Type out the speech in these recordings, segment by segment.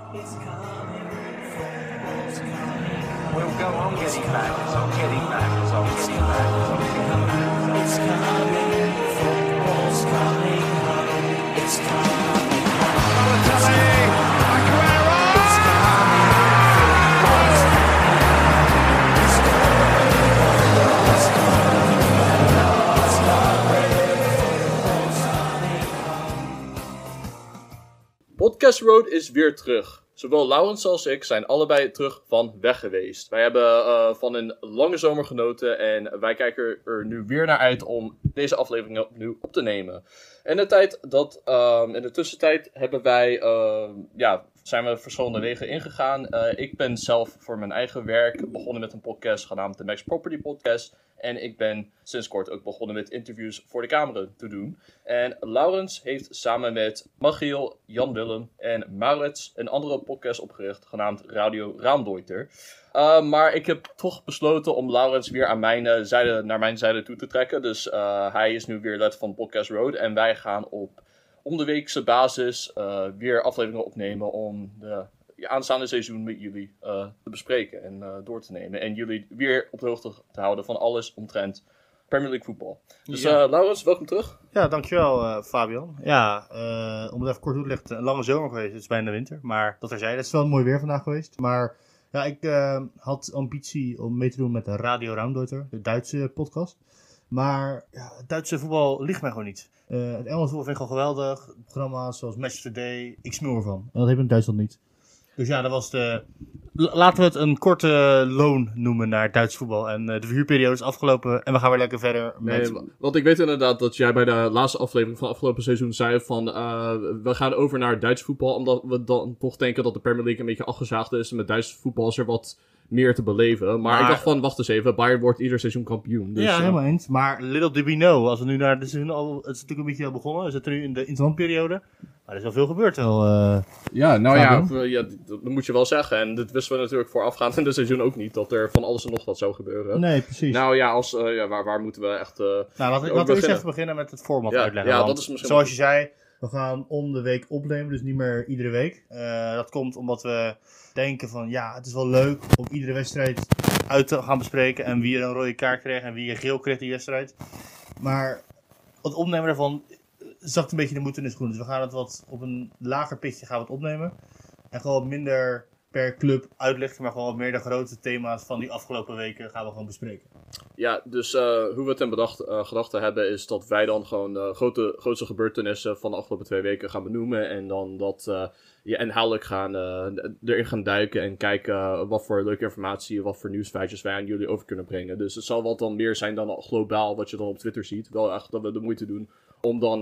It's coming, football's coming. We'll go on getting back, so getting back, so getting back, so getting back. It's coming, football's coming home. It's coming home. Balotelli, Aguero! It's coming, football's coming. It's coming, it's coming, it's coming, football's coming home. Podcast Road is weer terug. Zowel Laurens als ik zijn allebei terug van weg geweest. Wij hebben van een lange zomer genoten en wij kijken er nu weer naar uit om deze aflevering opnieuw op te nemen. En in de tussentijd hebben wij, zijn we verschillende wegen ingegaan. Ik ben zelf voor mijn eigen werk begonnen met een podcast genaamd de Max Property Podcast. En ik ben sinds kort ook begonnen met interviews voor de camera te doen. En Laurens heeft samen met Magiel, Jan Willem en Maurits een andere podcast opgericht genaamd Radio Raamdeuter. Maar ik heb toch besloten om Laurens weer aan naar mijn zijde toe te trekken. Dus hij is nu weer lid van Podcast Road. En wij gaan op onderweekse basis weer afleveringen opnemen om de aanstaande seizoen met jullie te bespreken en door te nemen. En jullie weer op de hoogte te houden van alles omtrent Premier League voetbal. Dus Laurens, welkom terug. Ja, dankjewel Fabian. Ja, om het even kort toe te leggen, een lange zomer geweest, het is bijna winter. Maar dat terzijde, het is wel mooi weer vandaag geweest. Maar ja, ik had ambitie om mee te doen met de Radio Raamdeuter, de Duitse podcast. Maar ja, het Duitse voetbal ligt mij gewoon niet. Het Engelse voetbal vind ik gewoon geweldig. Programma's zoals Match Today, ik smul ervan. En dat heb ik in Duitsland niet. Dus ja, dat was laten we het een korte loon noemen naar Duits voetbal. En de verhuurperiode is afgelopen en we gaan weer lekker verder met... Nee, want ik weet inderdaad dat jij bij de laatste aflevering van afgelopen seizoen zei van... we gaan over naar Duits voetbal, omdat we dan toch denken dat de Premier League een beetje afgezaagd is. En met Duits voetbal is er wat meer te beleven. Maar ik dacht van, wacht eens even, Bayern wordt ieder seizoen kampioen. Dus, ja, helemaal eens. Maar little did we know, als we nu naar de seizoen al... Het is natuurlijk een beetje al begonnen, we zitten nu in de interlandperiode. Maar er is al veel gebeurd wel. Ja, dat moet je wel zeggen. En dit wisten we natuurlijk voorafgaand in het seizoen ook niet. Dat er van alles en nog wat zou gebeuren. Nee, precies. Nou ja, waar moeten we echt laten we eerst even beginnen met het format uitleggen. Ja, want, dat is misschien... zoals je zei, we gaan om de week opnemen. Dus niet meer iedere week. Dat komt omdat we denken van... Ja, het is wel leuk om iedere wedstrijd uit te gaan bespreken. En wie er een rode kaart kreeg en wie er geel kreeg die wedstrijd. Maar het opnemen daarvan... zakt een beetje de moed in de schoen. Dus we gaan het wat op een lager pitje gaan we het opnemen. En gewoon wat minder per club uitlichten. Maar gewoon wat meer de grote thema's van die afgelopen weken gaan we gewoon bespreken. Ja, dus hoe we het in gedachten hebben is dat wij dan gewoon de grootste gebeurtenissen van de afgelopen 2 weken gaan benoemen. En dan dat inhoudelijk erin gaan duiken en kijken wat voor leuke informatie, wat voor nieuwsfeitjes wij aan jullie over kunnen brengen. Dus het zal wat dan meer zijn dan globaal wat je dan op Twitter ziet. Wel echt dat we de moeite doen om dan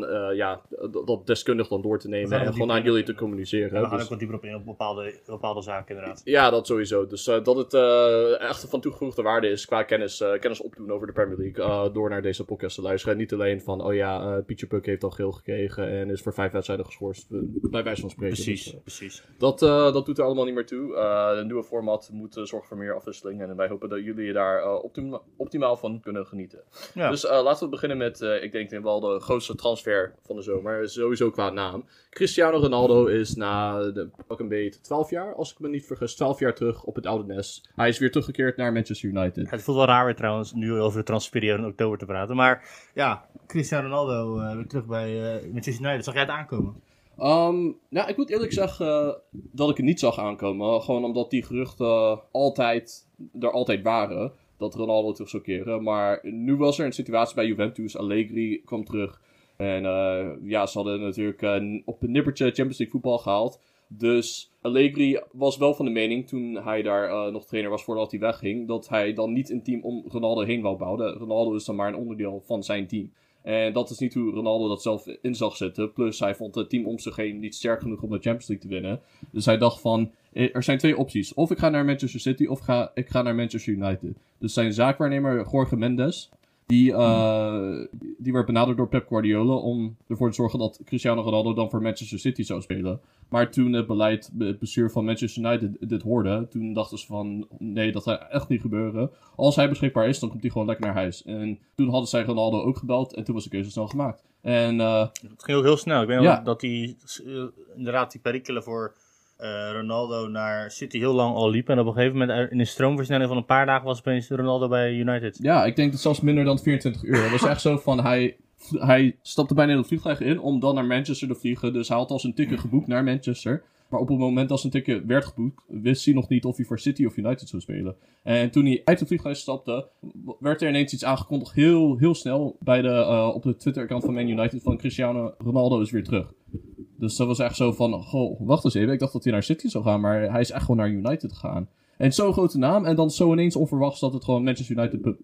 dat deskundig dan door te nemen en gewoon aan jullie te communiceren. En we gaan ook wat dieper op in op bepaalde zaken inderdaad. Ja, dat sowieso. Dus dat het echt van toegevoegde waarde is qua kennis opdoen over de Premier League door naar deze podcast te luisteren. En niet alleen van, Pietje Puk heeft al geel gekregen en is voor 5 wedstrijden geschorst, bij wijze van spreken. Precies. Dat doet er allemaal niet meer toe. Een nieuwe format moet zorgen voor meer afwisseling en wij hopen dat jullie daar optimaal van kunnen genieten. Ja. Dus laten we beginnen met, ik denk wel de grootste transfer van de zomer, sowieso qua naam. Cristiano Ronaldo is na pak een beetje 12 jaar, als ik me niet vergis, 12 jaar terug op het oude nest. Hij is weer teruggekeerd naar Manchester United. Het voelt wel raar weer trouwens, nu over de transferperiode in oktober te praten. Maar ja, Cristiano Ronaldo weer terug bij Manchester United. Zag jij het aankomen? Ik moet eerlijk zeggen dat ik het niet zag aankomen. Gewoon omdat die geruchten er altijd waren. Dat Ronaldo terug zou keren. Maar nu was er een situatie bij Juventus. Allegri kwam terug. En ze hadden natuurlijk op een nippertje Champions League voetbal gehaald. Dus Allegri was wel van de mening, toen hij daar nog trainer was voordat hij wegging, dat hij dan niet een team om Ronaldo heen wou bouwen. Ronaldo is dan maar een onderdeel van zijn team. En dat is niet hoe Ronaldo dat zelf in zag zitten. Plus hij vond het team om zich heen niet sterk genoeg om de Champions League te winnen. Dus hij dacht van, er zijn 2 opties. Of ik ga naar Manchester City of ik ga naar Manchester United. Dus zijn zaakwaarnemer Jorge Mendes, die werd benaderd door Pep Guardiola om ervoor te zorgen dat Cristiano Ronaldo dan voor Manchester City zou spelen. Maar toen het bestuur van Manchester United dit hoorde, toen dachten ze van, nee, dat gaat echt niet gebeuren. Als hij beschikbaar is, dan komt hij gewoon lekker naar huis. En toen hadden zij Ronaldo ook gebeld en toen was de keuze snel gemaakt. En het ging ook heel snel. Ik weet nog dat hij inderdaad die perikelen voor Ronaldo naar City heel lang al liep. En op een gegeven moment in een stroomversnelling van een paar dagen was opeens Ronaldo bij United. Ja, ik denk dat zelfs minder dan 24 uur. Het was echt zo van, hij stapte bijna in het vliegtuig in om dan naar Manchester te vliegen. Dus hij had al zijn ticket geboekt naar Manchester. Maar op het moment dat zijn ticket werd geboekt, wist hij nog niet of hij voor City of United zou spelen. En toen hij uit het vliegtuig stapte, werd er ineens iets aangekondigd heel snel op de Twitter-account van Man United van Cristiano Ronaldo is weer terug. Dus dat was echt zo van, goh, wacht eens even, ik dacht dat hij naar City zou gaan, maar hij is echt gewoon naar United gegaan. En zo'n grote naam, en dan zo ineens onverwachts dat het gewoon Manchester United...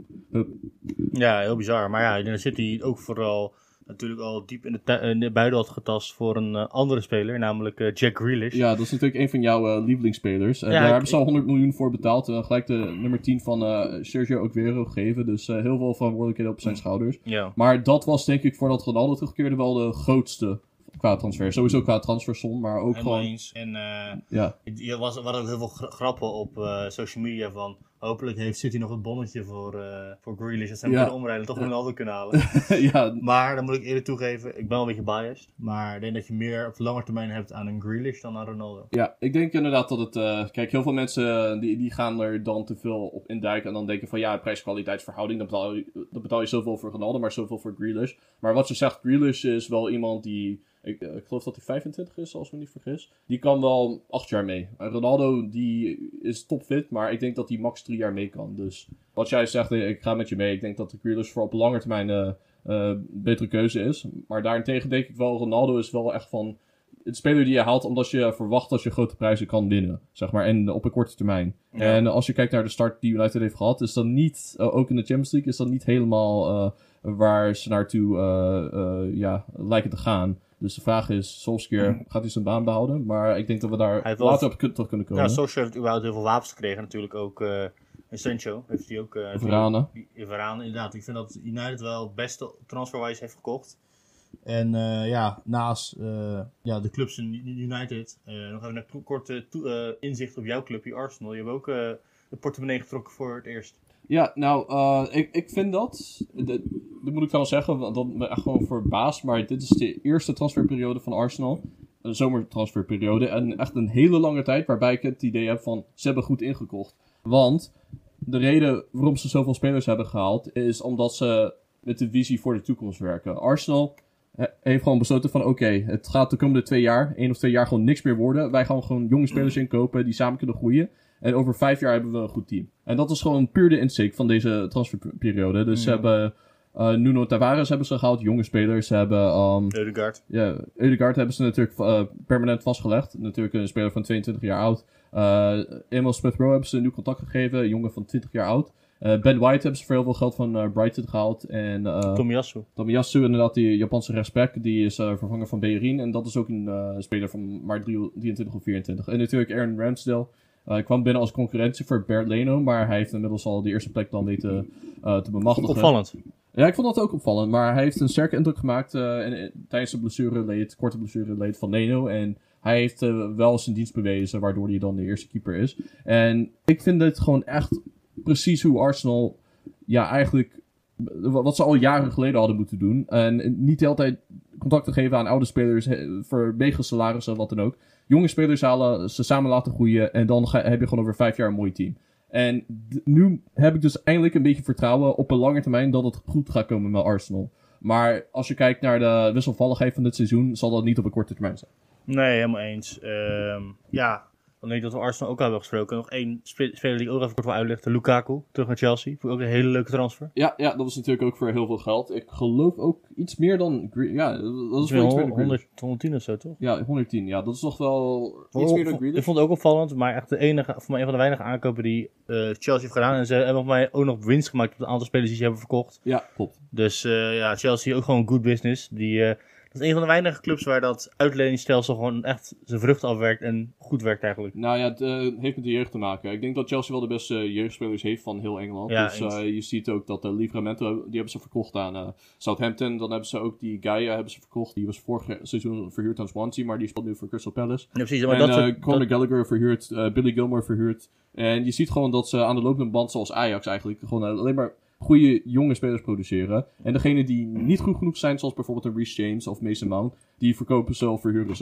Ja, heel bizar. Maar ja, ik denk dat City ook vooral natuurlijk al diep in de buidel had getast voor een andere speler, namelijk Jack Grealish. Ja, dat is natuurlijk een van jouw lievelingsspelers. Ja, daar hebben ze al 100 miljoen voor betaald. En gelijk de nummer 10 van Sergio Aguero gegeven. Dus heel veel verantwoordelijkheden op zijn schouders. Ja. Maar dat was denk ik voordat Ronaldo terugkeerde wel de grootste qua transfer. Sowieso qua transfersom, maar ook Helemaal gewoon... eens. En Ja. er waren ook heel veel grappen op social media van hopelijk heeft City nog een bonnetje voor Grealish. Dat ze hem kunnen omrijden en toch Ronaldo kunnen halen. Ja. Maar dan moet ik eerlijk toegeven, ik ben wel een beetje biased. Maar ik denk dat je meer op de lange termijn hebt aan een Grealish dan aan Ronaldo. Ja, ik denk inderdaad dat het... kijk, heel veel mensen die gaan er dan te veel op induiken en dan denken van ja, prijs-kwaliteitsverhouding, dan betaal je zoveel voor Ronaldo, maar zoveel voor Grealish. Maar wat je zegt, Grealish is wel iemand die... Ik geloof dat hij 25 is, als ik me niet vergis. Die kan wel 8 jaar mee. Ronaldo, die is topfit, maar ik denk dat hij max 3 jaar mee kan. Dus wat jij zegt, ik ga met je mee. Ik denk dat de Grealish voor op lange termijn betere keuze is. Maar daarentegen denk ik wel, Ronaldo is wel echt van... Het speler die je haalt omdat je verwacht dat je grote prijzen kan winnen. Zeg maar, en op een korte termijn. Ja. En als je kijkt naar de start die United heeft gehad, is dat niet, ook in de Champions League, is dat niet helemaal waar ze naartoe lijken te gaan. Dus de vraag is, Solskjaer gaat hij zijn baan behouden? Maar ik denk dat we daar later op terug kunnen komen. Ja, Solskjaer heeft überhaupt heel veel wapens gekregen. Natuurlijk ook Sancho heeft hij ook... Varane, inderdaad. Ik vind dat United wel het beste transferwise heeft gekocht. En naast de clubs in United, nog even een korte inzicht op jouw clubje Arsenal. Je hebt ook de portemonnee getrokken voor het eerst. Ja, nou, ik vind dat moet ik wel zeggen, want dat me echt gewoon verbaast. Maar dit is de eerste transferperiode van Arsenal. Een zomertransferperiode. En echt een hele lange tijd waarbij ik het idee heb van, ze hebben goed ingekocht. Want de reden waarom ze zoveel spelers hebben gehaald, is omdat ze met de visie voor de toekomst werken. Arsenal heeft gewoon besloten van, oké, het gaat de komende 2 jaar, 1 of 2 jaar gewoon niks meer worden. Wij gaan gewoon jonge spelers inkopen die samen kunnen groeien. En over 5 jaar hebben we een goed team. En dat is gewoon puur de insteek van deze transferperiode. Dus ze hebben Nuno Tavares hebben ze gehaald, jonge spelers. Ze hebben... Ødegaard. Ja, Ødegaard hebben ze natuurlijk permanent vastgelegd. Natuurlijk een speler van 22 jaar oud. Emil Smith-Rowe hebben ze een nieuw contract gegeven, een jongen van 20 jaar oud. Ben White hebben ze voor heel veel geld van Brighton gehaald. En Tomiyasu, inderdaad, die Japanse rechtsback, die is vervanger van Bellerin. En dat is ook een speler van maar 23 of 24. En natuurlijk Aaron Ramsdale. Hij kwam binnen als concurrentie voor Bernd Leno, maar hij heeft inmiddels al de eerste plek dan weten te bemachtigen. Opvallend. Ja, ik vond dat ook opvallend, maar hij heeft een sterke indruk gemaakt tijdens de korte blessureleed van Leno. En hij heeft wel zijn dienst bewezen, waardoor hij dan de eerste keeper is. En ik vind dit gewoon echt precies hoe Arsenal, ja, eigenlijk wat ze al jaren geleden hadden moeten doen. En niet de hele tijd contracten geven aan oude spelers voor mega salarissen, wat dan ook. Jonge spelers halen, ze samen laten groeien en dan heb je gewoon over 5 jaar een mooi team. En nu heb ik dus eindelijk een beetje vertrouwen op een lange termijn dat het goed gaat komen met Arsenal. Maar als je kijkt naar de wisselvalligheid van dit seizoen, zal dat niet op een korte termijn zijn. Nee, helemaal eens. Dan denk ik dat we Arsenal ook al hebben gesproken. Nog 1 speler die ik ook even kort wil uitleggen. Lukaku, terug naar Chelsea. Vond ik ook een hele leuke transfer. Ja, dat was natuurlijk ook voor heel veel geld. Ik geloof ook iets meer dan... Ja, dat is wel iets meer dan 110 of zo, toch? Ja, 110. Ja, dat is toch wel iets meer dan Grealish. Ik vond het ook opvallend, maar echt voor mij een van de weinige aankopen die Chelsea heeft gedaan. En ze hebben voor mij ook nog winst gemaakt op het aantal spelers die ze hebben verkocht. Ja, klopt. Dus Chelsea ook gewoon good business. Dat is een van de weinige clubs waar dat uitleningsstelsel gewoon echt zijn vruchten afwerkt en goed werkt eigenlijk. Nou ja, het heeft met de jeugd te maken. Ik denk dat Chelsea wel de beste jeugdspelers heeft van heel Engeland. Ja, dus je ziet ook dat Livramento, die hebben ze verkocht aan Southampton. Dan hebben ze ook die Gaia hebben ze verkocht. Die was vorig seizoen verhuurd aan Swansea, maar die speelt nu voor Crystal Palace. Ja, precies. Maar Conor Gallagher verhuurd, Billy Gilmore verhuurd. En je ziet gewoon dat ze aan de lopende band, zoals Ajax eigenlijk, gewoon alleen maar goede jonge spelers produceren. En degene die niet goed genoeg zijn, zoals bijvoorbeeld een Reece James of Mason Mount, die verkopen ze of verhuren ze.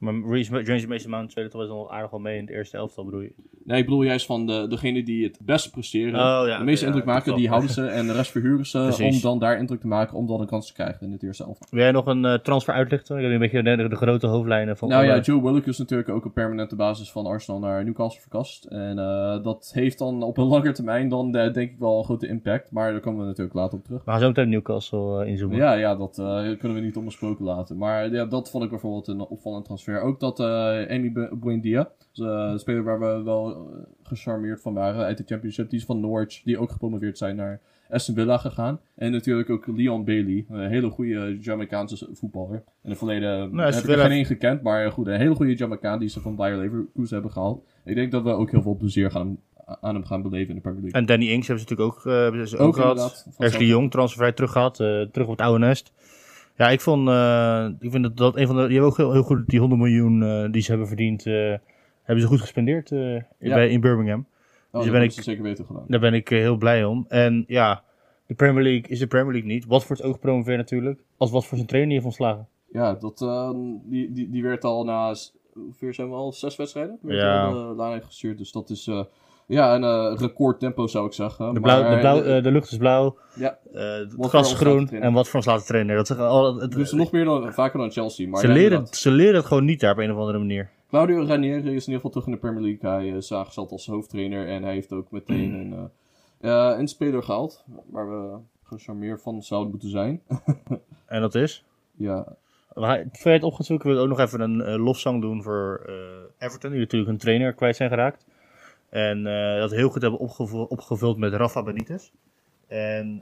Maar James Mason Mount speelde toch wel aardig wel mee in het eerste elftal, bedoel je? Nee, ik bedoel juist van degene die het beste presteren. Oh, ja, de meeste indruk maken, dat die klopt. houden ze. En de rest verhuren ze Precies. om dan daar indruk te maken. Om dan een kans te krijgen in het eerste elftal. Wil jij nog een transfer uitlichten? Ik heb een beetje de grote hoofdlijnen van... Nou ja, Joe Willock is natuurlijk ook op permanente basis van Arsenal naar Newcastle verkast. En dat heeft dan op een lange termijn dan denk ik wel een grote impact. Maar daar komen we natuurlijk later op terug. We gaan zo meteen Newcastle inzoomen. Ja, dat kunnen we niet onbesproken laten. Maar ja, dat vond ik bijvoorbeeld een opvallend transfer. Ook dat Amy Buendia, een speler waar we wel gecharmeerd van waren uit de Championship, die is van Norwich, die ook gepromoveerd zijn naar Aston Villa gegaan. En natuurlijk ook Leon Bailey, een hele goede Jamaicaanse voetballer. In het verleden heb ik er geen één gekend, maar goed, een hele goede Jamaicaan die ze van Bayer Leverkusen hebben gehaald. Ik denk dat we ook heel veel plezier aan hem gaan beleven in de Premier League. En Danny Ings hebben ze natuurlijk ook gehad. Ashley Young, transfervrij terug gehad. Terug op het oude nest. Ja, ik vind dat een van de... Die hebben ook heel goed die 100 miljoen die ze hebben verdiend... hebben ze goed gespendeerd in Birmingham. Dus dat is zeker beter gedaan. Daar ben ik heel blij om. En ja, de Premier League is de Premier League niet. Watford ook gepromoveerd natuurlijk. Als Watford zijn trainer heeft ontslagen. Ja, die werd al na... Hoeveel zijn we al? 6 wedstrijden? Ja. De laan gestuurd. Dus dat is een record tempo zou ik zeggen. De lucht is blauw. Ja. Het gras is groen. En wat voor ons laten trainen. Dat dus nog meer vaker dan Chelsea. Maar ze leren het gewoon niet daar op een of andere manier. Claudio Ranieri is in ieder geval terug in de Premier League. Hij is aangesteld als hoofdtrainer. En hij heeft ook meteen een speler gehaald. Waar we gecharmeerd van zouden moeten zijn. En dat is? Ja. Voor je het op gaat zoeken, wil ik ook nog even een lofzang doen voor Everton. Die natuurlijk een trainer kwijt zijn geraakt. En dat heel goed hebben opgevuld met Rafa Benitez. En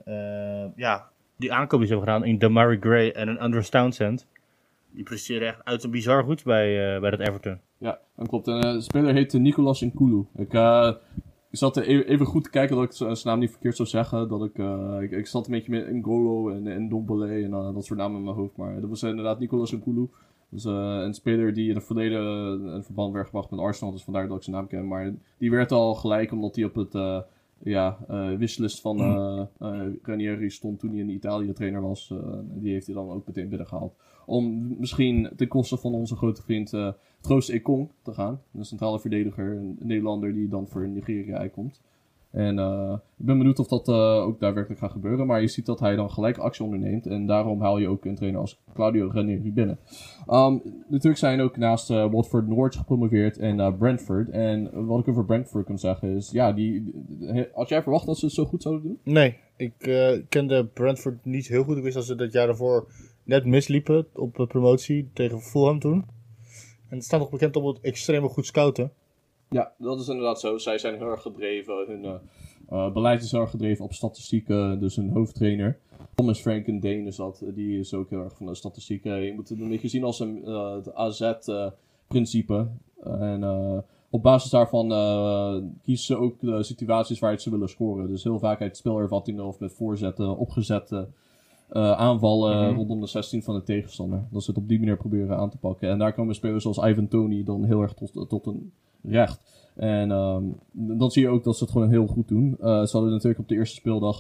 die aankoop die ze hebben gedaan in Damari Gray en een Andros Townsend. Die presteren echt uit een bizar goed bij dat Everton. Ja, dat klopt. En de speler heet Nicolas Nkulu. Ik zat even goed te kijken dat ik zijn naam niet verkeerd zou zeggen. Dat ik zat een beetje met N'Golo en Ndombele en dat soort namen in mijn hoofd. Maar dat was inderdaad Nicolas Nkulu. Dus een speler die in het verleden een verband werd gebracht met Arsenal. Dus vandaar dat ik zijn naam ken. Maar die werd al gelijk omdat hij op het wishlist van Ranieri stond toen hij in Italië trainer was. Die heeft hij dan ook meteen binnengehaald. Om misschien ten koste van onze grote vriend Troost Ekong te gaan. Een centrale verdediger, een Nederlander die dan voor Nigeria uitkomt. En ik ben benieuwd of dat ook daadwerkelijk gaat gebeuren. Maar je ziet dat hij dan gelijk actie onderneemt. En daarom haal je ook een trainer als Claudio Ranieri binnen. Natuurlijk zijn ook naast Watford Norwich gepromoveerd en Brentford. En wat ik over Brentford kan zeggen is... Ja, had jij verwacht dat ze het zo goed zouden doen? Nee, ik kende Brentford niet heel goed. Ik wist dat ze dat jaar daarvoor net misliepen op promotie tegen Fulham toen. En het staat nog bekend om het extreem goed scouten. Ja, dat is inderdaad zo. Zij zijn heel erg gedreven. Hun beleid is heel erg gedreven op statistieken. Dus hun hoofdtrainer, Thomas Franken Dane is dat. Die is ook heel erg van de statistieken. Je moet het een beetje zien als het AZ-principe. En op basis daarvan kiezen ze ook de situaties waar ze willen scoren. Dus heel vaak uit spelervattingen of met voorzetten, opgezette aanvallen rondom de 16 van de tegenstander. Dat ze het op die manier proberen aan te pakken. En daar komen spelers zoals Ivan Toney dan heel erg tot een recht. En dan zie je ook dat ze het gewoon heel goed doen. Ze hadden natuurlijk op de eerste speeldag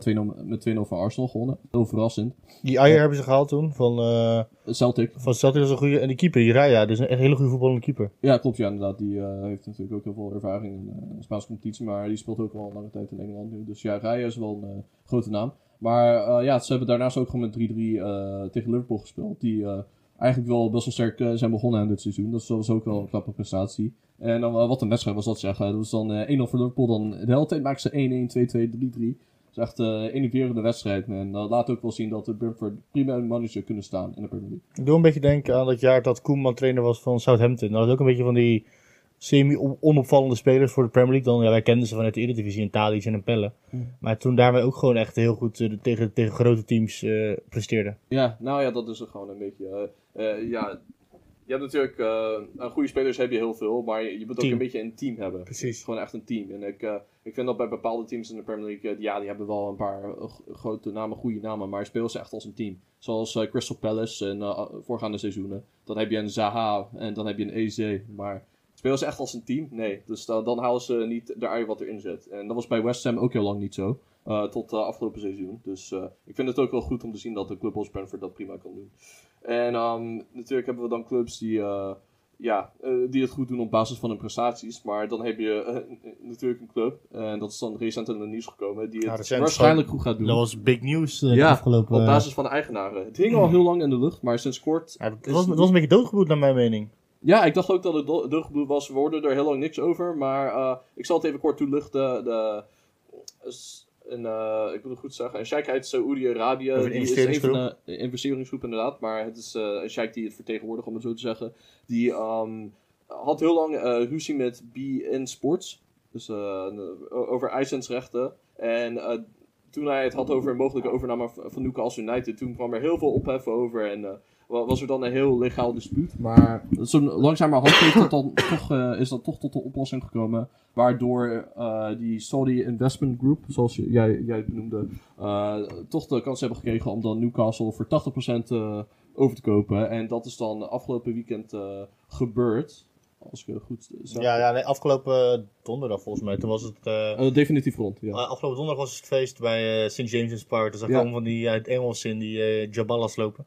met 2-0 van Arsenal gewonnen. Heel verrassend. Die Ayer hebben ze gehaald toen van Celtic. Van Celtic is een goede. En die keeper, die Raya, dus een echt hele goede voetballende keeper. Ja, klopt. Ja, inderdaad. Die heeft natuurlijk ook heel veel ervaring in de Spaanse competitie. Maar die speelt ook al lange tijd in Engeland nu. Dus ja, Raya is wel een grote naam. Maar ze hebben daarnaast ook gewoon met 3-3 tegen Liverpool gespeeld. Die eigenlijk wel best wel sterk zijn begonnen aan dit seizoen. Dat was ook wel een knappe prestatie. En dan wat een wedstrijd was dat zeggen. Dat was dan 1-0 voor Liverpool. Dan de hele tijd maakten ze 1-1, 2-2, 3-3. Dat is echt een innoverende wedstrijd. En dat laat ook wel zien dat de Brentford prima een manager kunnen staan in de Premier League. Ik doe een beetje denken aan dat jaar dat Koeman trainer was van Southampton. Dat was ook een beetje van die semi-onopvallende spelers voor de Premier League. Dan, wij kenden ze vanuit de Eredivisie in Tadic en Pelle. Maar toen daarmee ook gewoon echt heel goed tegen grote teams presteerden. Ja, nou ja, dat is er gewoon een beetje. Je hebt natuurlijk, goede spelers heb je heel veel, maar je moet ook een beetje een team hebben. Precies. Gewoon echt een team. En ik vind dat bij bepaalde teams in de Premier League, die hebben wel een paar grote namen, goede namen, maar spelen ze echt als een team. Zoals Crystal Palace en voorgaande seizoenen. Dan heb je een Zaha en dan heb je een Eze, maar spelen ze echt als een team? Nee. Dus dan halen ze niet de ui wat erin zit. En dat was bij West Ham ook heel lang niet zo. Tot afgelopen seizoen. Dus ik vind het ook wel goed om te zien dat de club als Brentford dat prima kan doen. En natuurlijk hebben we dan clubs die die het goed doen op basis van hun prestaties. Maar dan heb je natuurlijk een club, en dat is dan recent in het nieuws gekomen, die het recent waarschijnlijk goed gaat doen. Dat was big news de Ja, afgelopen... op basis van de eigenaren. Het hing al heel lang in de lucht, maar sinds kort... Het was een beetje doodgebloed naar mijn mening. Ja, ik dacht ook dat het doodgebloed was. We hoorden er heel lang niks over, maar ik zal het even kort toelichten. Ik wil het goed zeggen, een sheik uit Saoedi-Arabië. Een Die is een van investeringsgroep. de investeringsgroep inderdaad, maar het is een sheik die het vertegenwoordigt, om het zo te zeggen. Die had heel lang ruzie met BeIN Sports, dus over licensrechten. En toen hij het had over een mogelijke overname van Newcastle United, toen kwam er heel veel ophef over en was er dan een heel legaal dispuut. Maar zo langzamerhand heeft het dan is dat toch tot de oplossing gekomen. Waardoor die Saudi Investment Group, zoals jij het benoemde, toch de kans hebben gekregen om dan Newcastle voor 80% over te kopen. En dat is dan afgelopen weekend gebeurd. Als ik het goed zeg. Nee, afgelopen donderdag volgens mij. Toen was het... Definitief rond, ja. Afgelopen donderdag was het feest bij St. James's Park. Dus daar Ja. kwamen van die uit Engels in die Jaballas lopen.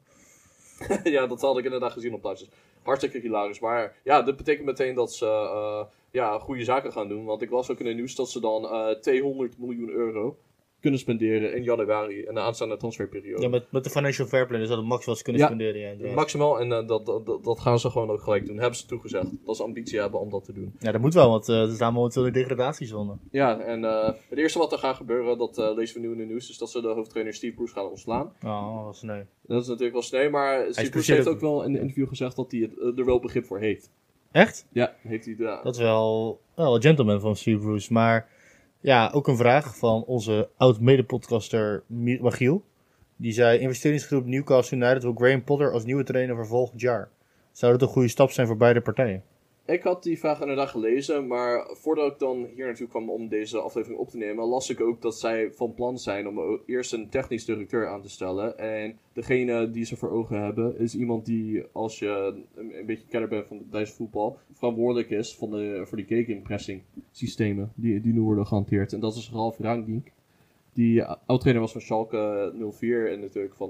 Ja, dat had ik inderdaad gezien op plaatjes. Hartstikke hilarisch. Maar ja, dat betekent meteen dat ze goede zaken gaan doen. Want ik las ook in het nieuws dat ze dan 200 miljoen euro kunnen spenderen in januari en de aanstaande transferperiode. Ja, met de financial fair play. Dus dat het max wat ze kunnen spenderen. Ja, inderdaad. Maximaal, en dat gaan ze gewoon ook gelijk doen. Hebben ze toegezegd. Dat ze ambitie hebben om dat te doen. Ja, dat moet wel, want er staan momenteel in degradatiezone. Ja, en het eerste wat er gaat gebeuren, dat lezen we nu in de nieuws, is dat ze de hoofdtrainer Steve Bruce gaan ontslaan. Oh, dat is nee. Dat is natuurlijk wel sneu, maar Steve Bruce cruciaal heeft ook. ook wel in een interview gezegd dat hij er wel begrip voor heeft. Echt? Ja, heeft hij gedaan. Dat is wel een gentleman van Steve Bruce. Maar ja, ook een vraag van onze oud-mede-podcaster Michiel. Die zei, investeringsgroep Newcastle United wil Graham Potter als nieuwe trainer voor volgend jaar. Zou dat een goede stap zijn voor beide partijen? Ik had die vraag inderdaad gelezen, maar voordat ik dan hier naartoe kwam om deze aflevering op te nemen, las ik ook dat zij van plan zijn om eerst een technisch directeur aan te stellen. En degene die ze voor ogen hebben, is iemand die, als je een beetje kenner bent van het Duitse voetbal, verantwoordelijk is voor die gegenpressing systemen die nu worden gehanteerd. En dat is Ralf Rangnick, die oud-trainer was van Schalke 04 en natuurlijk van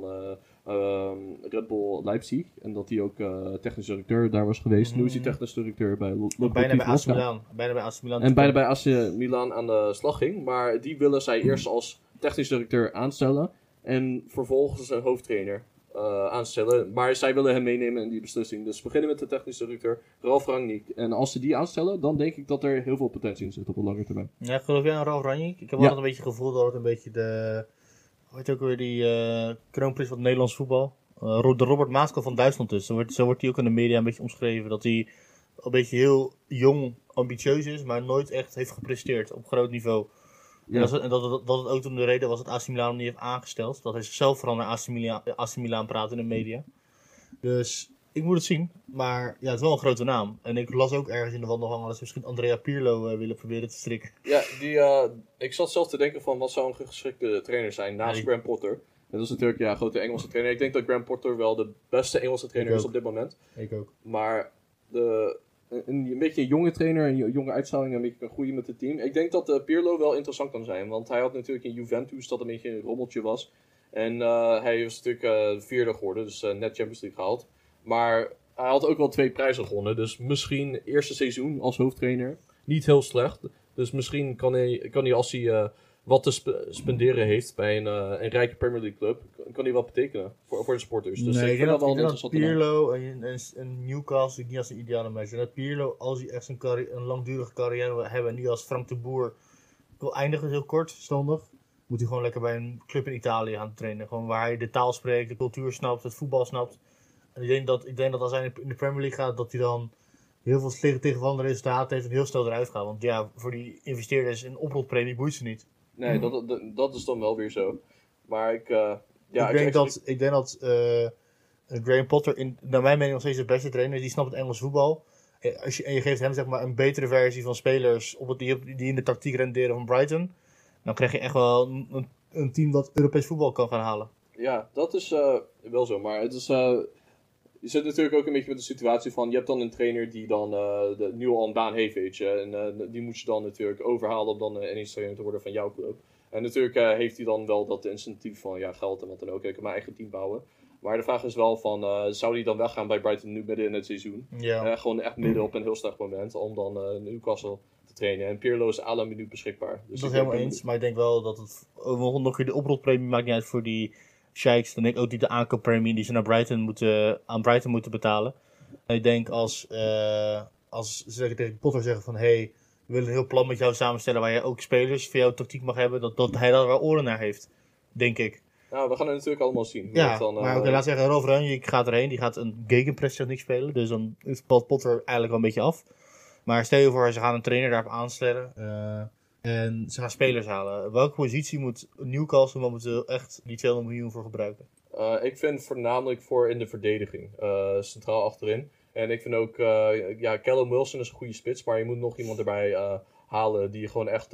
Red Bull Leipzig. En dat hij ook technisch directeur daar was geweest. Nu is hij technisch directeur bij Bijna bij AC Moskou. Milan. Bijna bij AC Milan. En bijna bij AC Milan aan de slag ging. Maar die willen zij eerst als technisch directeur aanstellen. En vervolgens een hoofdtrainer aanstellen. Maar zij willen hem meenemen in die beslissing. Dus we beginnen met de technisch directeur Ralf Rangnick. En als ze die aanstellen, dan denk ik dat er heel veel potentie in zit op een lange termijn. Ja, geloof jij aan Ralf Rangnick? Ik heb altijd een beetje het gevoel dat het een beetje de... Hoe heet ook weer die kroonprins van het Nederlands voetbal? De Robert Maaskant van Duitsland is. Zo wordt hij ook in de media een beetje omschreven. Dat hij een beetje heel jong, ambitieus is, maar nooit echt heeft gepresteerd op groot niveau. Ja. En dat het ook toen de reden was dat AC Milan hem niet heeft aangesteld. Dat hij zichzelf vooral naar AC Milan praat in de media. Dus ik moet het zien. Maar ja, het is wel een grote naam. En ik las ook ergens in de wandelgangen dat ze misschien Andrea Pirlo willen proberen te strikken. Ja, ik zat zelf te denken van wat zou een geschikte trainer zijn naast Graham Potter. En dat is natuurlijk een grote Engelse trainer. Ik denk dat Graham Potter wel de beste Engelse trainer is op dit moment. Ik ook. Maar een beetje een jonge trainer, een jonge uitstraling, een beetje kan groeien met het team. Ik denk dat Pirlo wel interessant kan zijn. Want hij had natuurlijk in Juventus dat een beetje een rommeltje was. En hij was natuurlijk vierde geworden, dus net Champions League gehaald. Maar hij had ook wel 2 prijzen gewonnen. Dus misschien eerste seizoen als hoofdtrainer niet heel slecht. Dus misschien kan hij als hij wat te spenderen heeft bij een rijke Premier League club, kan hij wat betekenen voor de sporters. Dus Nee, ik vind dat wel een interessante naam. Pirlo en Newcastle niet als een ideale match. En dat Pirlo, als hij echt een langdurige carrière wil hebben, en niet als Frank de Boer wil eindigen, heel kortstondig, moet hij gewoon lekker bij een club in Italië gaan trainen. Gewoon waar hij de taal spreekt, de cultuur snapt, het voetbal snapt. En ik denk dat als hij in de Premier League gaat, dat hij dan heel veel tegenvallende resultaten heeft en heel snel eruit gaat. Want ja, voor die investeerders een oprotpremie boeit ze niet. Nee, dat is dan wel weer zo. Maar ik denk dat Graham Potter, naar mijn mening, nog steeds de beste trainer is. Die snapt het Engels voetbal. En je geeft hem zeg maar een betere versie van spelers die in de tactiek renderen van Brighton. Dan krijg je echt wel een team dat Europees voetbal kan gaan halen. Ja, dat is wel zo. Maar het is, je zit natuurlijk ook een beetje met de situatie van, je hebt dan een trainer die dan nu al een baan heeft, weet je. En die moet je dan natuurlijk overhalen om dan ineens trainer te worden van jouw club. En natuurlijk heeft hij dan wel dat incentief van, ja, geld en wat dan ook. Ik kan mijn eigen team bouwen. Maar de vraag is wel van, zou hij dan weggaan bij Brighton nu midden in het seizoen? Ja. Gewoon echt midden op een heel slecht moment om dan Newcastle te trainen. En Pirlo is à la minuut beschikbaar. Dus Dat ik is helemaal denk- eens, maar ik denk wel dat het nog de oprotpremie maakt niet uit voor die Sheiks. Dan denk ik ook niet de aankooppremie die ze aan Brighton moeten betalen. En ik denk als ze tegen Potter zeggen van hey, we willen een heel plan met jou samenstellen waar je ook spelers voor jouw tactiek mag hebben, dat hij daar wel oren naar heeft, denk ik. Nou, we gaan het natuurlijk allemaal zien. hoe Ja, het dan, maar oké, laat zeggen, Rolf Ranjik gaat erheen, die gaat een gegenpress techniek spelen, dus dan valt Potter eigenlijk wel een beetje af. Maar stel je voor, ze gaan een trainer daarop aanstellen en ze gaan spelers halen. Welke positie moet Newcastle momenteel echt die 200 miljoen voor gebruiken? Ik vind voornamelijk voor in de verdediging. Centraal achterin. En ik vind ook, Callum Wilson is een goede spits, maar je moet nog iemand erbij halen die gewoon echt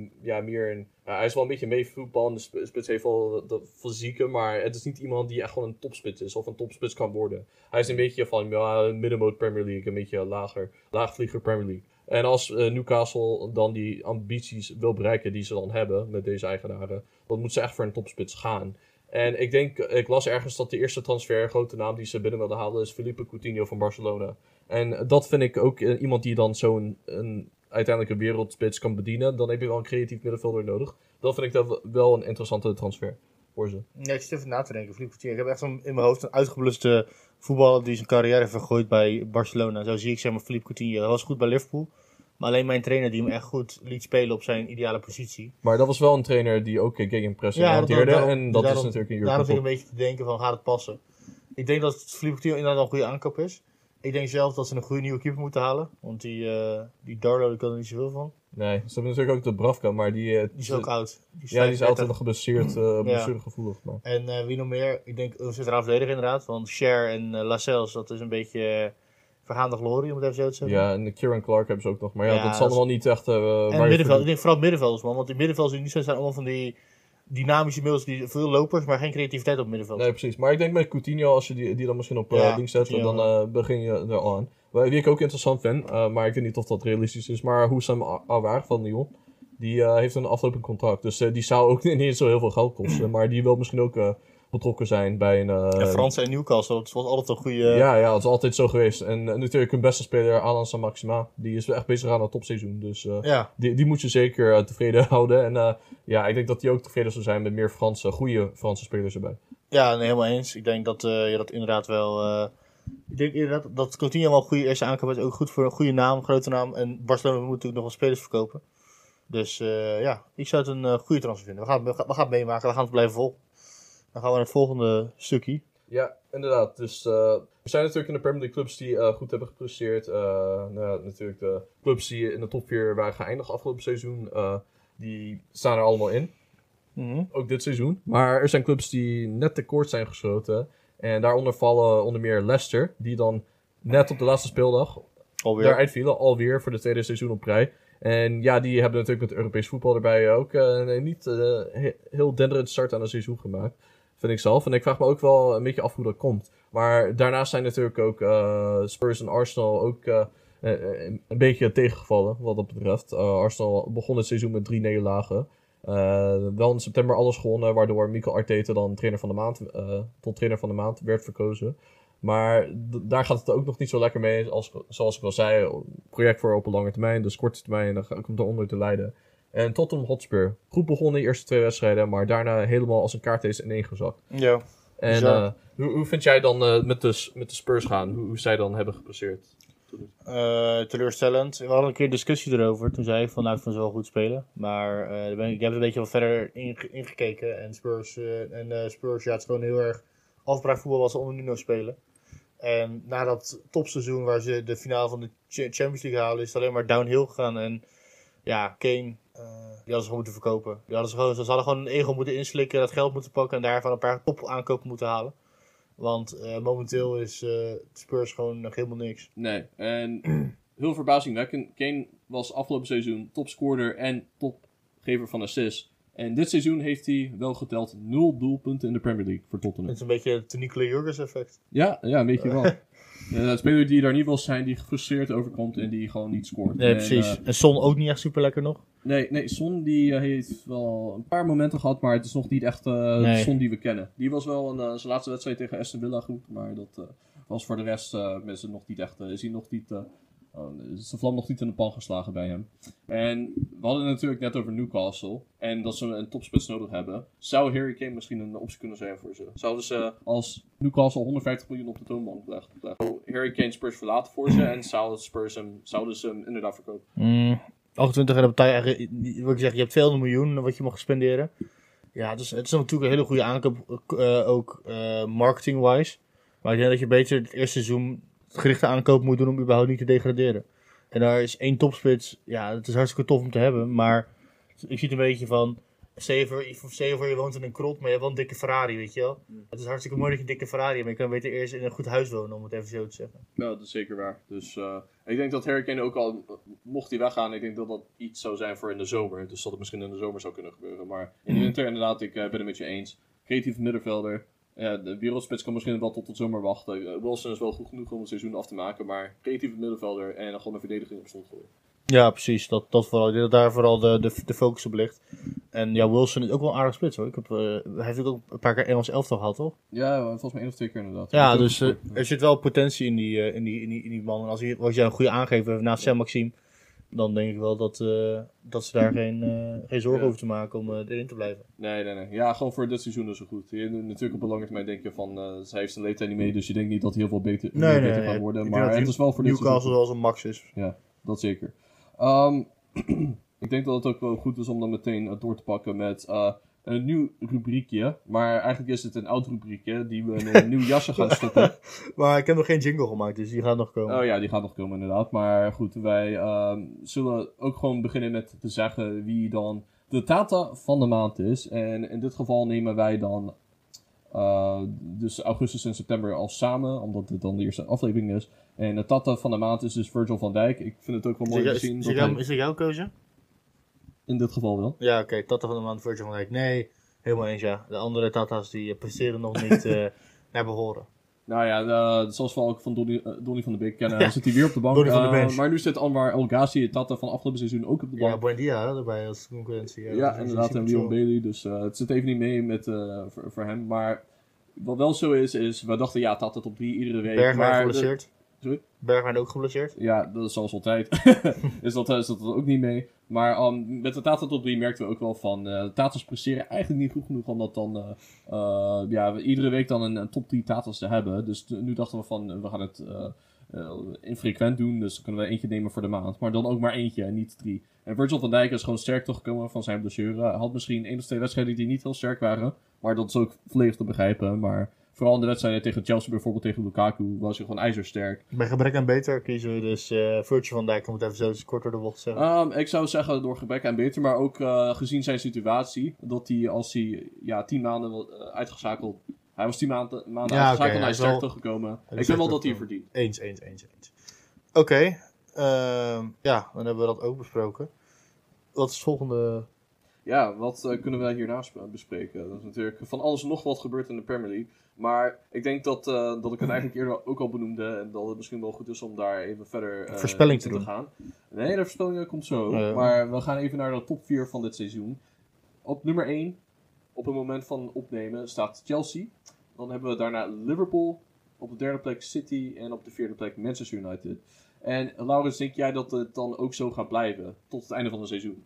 hij is wel een beetje meevoetballende spits, heeft wel de fysieke, maar het is niet iemand die echt gewoon een topspits is of een topspits kan worden. Hij is een beetje van middenmoot Premier League, een beetje laagvlieger Premier League. En als Newcastle dan die ambities wil bereiken die ze dan hebben met deze eigenaren, dan moeten ze echt voor een topspits gaan. En ik las ergens dat de eerste transfer, grote naam die ze binnen wilden halen, is Felipe Coutinho van Barcelona. En dat vind ik ook iemand die dan uiteindelijk een wereldspits kan bedienen. Dan heb je wel een creatief middenvelder nodig. Dat vind ik dan wel een interessante transfer voor ze. Ja, ik zit even na te denken, Philippe Coutinho. Ik heb echt in mijn hoofd een uitgebluste voetballer die zijn carrière heeft vergooid bij Barcelona. Zo zie ik zeg maar Philippe Coutinho. Hij was goed bij Liverpool. Maar alleen mijn trainer die hem echt goed liet spelen op zijn ideale positie. Maar dat was wel een trainer die ook gegenpressing hanteerde. En dat is natuurlijk een daarom vind ik Jurgen een beetje te denken van, gaat het passen? Ik denk dat Philippe Coutinho inderdaad een goede aankoop is. Ik denk zelf dat ze een goede nieuwe keeper moeten halen. Want die Darlow, daar kan er niet zoveel van. Nee, ze hebben natuurlijk ook de Bravka, maar die Die is ook oud. die is altijd 35. nog geblesseerd, blessuregevoelig. Maar. En wie nog meer? Ik denk centraal verdediger inderdaad. Want Cher en Lascelles, dat is een beetje vergaande glorie, om het even zo te zeggen. Ja, en Kieran Clark hebben ze ook nog. Maar ja, Ja, dat is dat allemaal niet echt... En middenveld. Ik denk vooral middenvelders, man. Want die middenvelders die nu zijn allemaal van die dynamische middels, die veel lopers, maar geen creativiteit op het middenveld. Nee, precies. Maar ik denk met Coutinho, als je die dan misschien op Ja, links zet, Coutinho. dan begin je er al aan. Wie ik ook interessant vind, maar ik weet niet of dat realistisch is, maar Houssam Aouar van Lyon, die heeft een aflopend contract. Dus die zou ook niet zo heel veel geld kosten, maar die wil misschien ook betrokken zijn bij een... En Fransen en Newcastle, dat was altijd een goede... Ja, dat is altijd zo geweest. En natuurlijk hun beste speler, Alan Saint-Maximin, die is echt bezig aan het topseizoen. Dus Ja. die moet je zeker tevreden houden. En ik denk dat die ook tevreden zou zijn met meer goede Franse spelers erbij. Ja, nee, helemaal eens. Ik denk dat je dat inderdaad wel... ik denk inderdaad dat Coutinho wel een goede eerste aankoop is. Ook goed voor een goede naam, grote naam. En Barcelona moet natuurlijk nog wel spelers verkopen. Dus ik zou het een goede transfer vinden. We gaan het meemaken, we gaan het blijven volgen. Dan gaan we naar het volgende stukje. Ja, inderdaad. Dus er zijn natuurlijk in de Premier League clubs die goed hebben gepresteerd. Natuurlijk de clubs die in de top 4 waren geëindigd afgelopen seizoen. Die staan er allemaal in. Ook dit seizoen. Maar er zijn clubs die net tekort zijn geschoten. En daaronder vallen onder meer Leicester. Die dan net op de laatste speeldag daaruit vielen. Alweer voor de tweede seizoen op rij. En ja, die hebben natuurlijk met Europees voetbal erbij ook niet heel denderend start aan het seizoen gemaakt. Vind ik zelf. En ik vraag me ook wel een beetje af hoe dat komt. Maar daarnaast zijn natuurlijk ook Spurs en Arsenal ook een beetje tegengevallen wat dat betreft. Arsenal begon het seizoen met 3 nederlagen. Wel in september alles gewonnen, waardoor Mikel Arteta dan tot trainer van de maand werd verkozen. Maar daar gaat het ook nog niet zo lekker mee, zoals ik al zei. Project voor op een lange termijn, dus korte termijn, dan komt eronder te lijden. En Tottenham Hotspur. Goed begonnen de eerste 2 wedstrijden, maar daarna helemaal als een kaartlees ineengezakt. Ja. En hoe vind jij dan met de Spurs gaan? Hoe zij dan hebben gepresteerd? Teleurstellend. We hadden een keer een discussie erover. Toen zei ik van, ik vond ze wel goed spelen. Maar ik heb er een beetje wat verder ingekeken. En Spurs, het is gewoon heel erg afbraak voetbal wat ze onder Nuno spelen. En na dat topseizoen waar ze de finale van de Champions League halen, is het alleen maar downhill gegaan. En ja, Kane, die hadden ze gewoon moeten verkopen. Ze hadden gewoon een ego moeten inslikken, dat geld moeten pakken en daarvan een paar top aankopen moeten halen. Want momenteel is Spurs gewoon nog helemaal niks. Nee, en heel verbazingwekkend. Kane was afgelopen seizoen topscorer en topgever van assists. En dit seizoen heeft hij wel geteld 0 doelpunten in de Premier League voor Tottenham. Het is een beetje het Nicola Jurgens effect. Ja, een beetje wel. Een speler die daar niet wil zijn, die gefrustreerd overkomt en die gewoon niet scoort. Nee, precies. En Son ook niet echt super lekker nog. Nee, Son die heeft wel een paar momenten gehad, maar het is nog niet echt de Son die we kennen. Die was wel zijn laatste wedstrijd tegen Aston Villa goed, maar dat was voor de rest mensen nog niet echt, is hij nog niet, is de vlam nog niet in de pan geslagen bij hem. En we hadden het natuurlijk net over Newcastle en dat ze een topspits nodig hebben. Zou Harry Kane misschien een optie kunnen zijn voor ze? Zouden ze als Newcastle 150 miljoen op de toonbank leggen, Harry Kane Spurs verlaten voor ze en zouden ze hem inderdaad verkopen? 28 en dat betaal je eigenlijk, wil ik zeggen, je hebt 200 miljoen wat je mag spenderen. Ja, het is natuurlijk een hele goede aankoop, ook marketing-wise. Maar ik denk dat je beter het eerste seizoen gerichte aankoop moet doen om überhaupt niet te degraderen. En daar is 1 topspits, ja, het is hartstikke tof om te hebben, maar ik zie het een beetje van, stel je voor je woont in een krot, maar je hebt wel een dikke Ferrari, weet je wel. Het is hartstikke mooi dat je een dikke Ferrari hebt, maar je kan beter eerst in een goed huis wonen, om het even zo te zeggen. Ja, dat is zeker waar. Dus ik denk dat Harry Kane ook al, mocht hij weggaan, ik denk dat dat iets zou zijn voor in de zomer. Dus dat het misschien in de zomer zou kunnen gebeuren. Maar in de winter inderdaad, ik ben het met je eens. Creatieve middenvelder. Ja, de wereldspits kan misschien wel tot de zomer wachten. Wilson is wel goed genoeg om het seizoen af te maken, maar creatieve middenvelder en dan gewoon een verdediging op slot gooien. Ja, precies. Dat vooral. Ik denk dat daar vooral de focus op ligt. En ja, Wilson is ook wel een aardig spits hoor. Hij heeft ook een paar keer Engels elftal gehad, toch? Ja, volgens mij 1 of 2 keer inderdaad. Ja, dus er zit wel potentie in die man. En als jij een goede aangever heeft naast Saint-Maxime, dan denk ik wel dat ze daar geen zorgen hoeven te maken om erin te blijven. Nee. Ja, gewoon voor dit seizoen is het goed. Natuurlijk op een lange termijn denk je van, zij heeft zijn leeftijd niet mee, dus je denkt niet dat hij heel veel beter gaat worden. Maar het is wel voor dit seizoen. Newcastle wel zijn max is. Ja, dat zeker. Ik denk dat het ook wel goed is om dan meteen door te pakken met een nieuw rubriekje. Maar eigenlijk is het een oud rubriekje die we in een nieuw jasje gaan stoppen. Maar ik heb nog geen jingle gemaakt, dus die gaat nog komen. Oh ja, die gaat nog komen inderdaad. Maar goed, wij zullen ook gewoon beginnen met te zeggen wie dan de Tata van de maand is. En in dit geval nemen wij dan dus augustus en september al samen, omdat dit dan de eerste aflevering is. En de Tata van de maand is dus Virgil van Dijk. Ik vind het ook wel mooi te zien. Is dat jouw keuze? In dit geval wel. Ja, oké. Tata van de maand, Virgil van Dijk. Nee, helemaal eens ja. De andere Tata's die presteren nog niet naar behoren. Nou ja, zoals we ook van Donny van de Beek kennen, zit hij weer op de bank. Maar nu zit Anwar El Ghazi, Tata van afgelopen seizoen, ook op de bank. Ja, Buendia erbij als concurrentie. Ja, inderdaad. En Leon Bailey. Dus het zit even niet mee met, voor hem. Maar wat wel zo is we dachten ja, Tata top 3 iedere week. Bergwijn geblesseerd. Sorry? Bergwijn ook geblesseerd. Ja, dat is zoals altijd. is dat ook niet mee. Maar met de Tata top 3 merkten we ook wel van... Tata's presteren eigenlijk niet goed genoeg om dat dan... iedere week dan een top 3 Tata's te hebben. Dus nu dachten we van... we gaan het infrequent doen. Dus dan kunnen we eentje nemen voor de maand. Maar dan ook maar eentje en niet 3. En Virgil van Dijk is gewoon sterk teruggekomen van zijn blessure. Hij had misschien 1 of 2 wedstrijden die niet heel sterk waren. Maar dat is ook volledig te begrijpen. Maar... vooral in de wedstrijden tegen Chelsea, bijvoorbeeld tegen Lukaku, was hij gewoon ijzersterk. Bij gebrek aan beter kiezen we dus Virgil van Dijk, om het even zo kort door de bocht te zeggen. Ik zou zeggen door gebrek aan beter, maar ook gezien zijn situatie, dat hij als hij 10 maanden uitgeschakeld... Hij was 10 maanden uitgeschakeld en hij is sterk teruggekomen. Ik vind wel dat hij verdient. Eens. Oké, dan hebben we dat ook besproken. Wat is het volgende... Ja, wat kunnen we hiernaast bespreken? Dat is natuurlijk van alles en nog wat gebeurd in de Premier League. Maar ik denk dat ik het eigenlijk eerder ook al benoemde. En dat het misschien wel goed is om daar even verder voorspelling te gaan. Nee, de voorspelling komt zo. Maar we gaan even naar de top 4 van dit seizoen. Op nummer 1, op het moment van opnemen, staat Chelsea. Dan hebben we daarna Liverpool. Op de derde plek City. En op de vierde plek Manchester United. En Laurens, denk jij dat het dan ook zo gaat blijven? Tot het einde van het seizoen?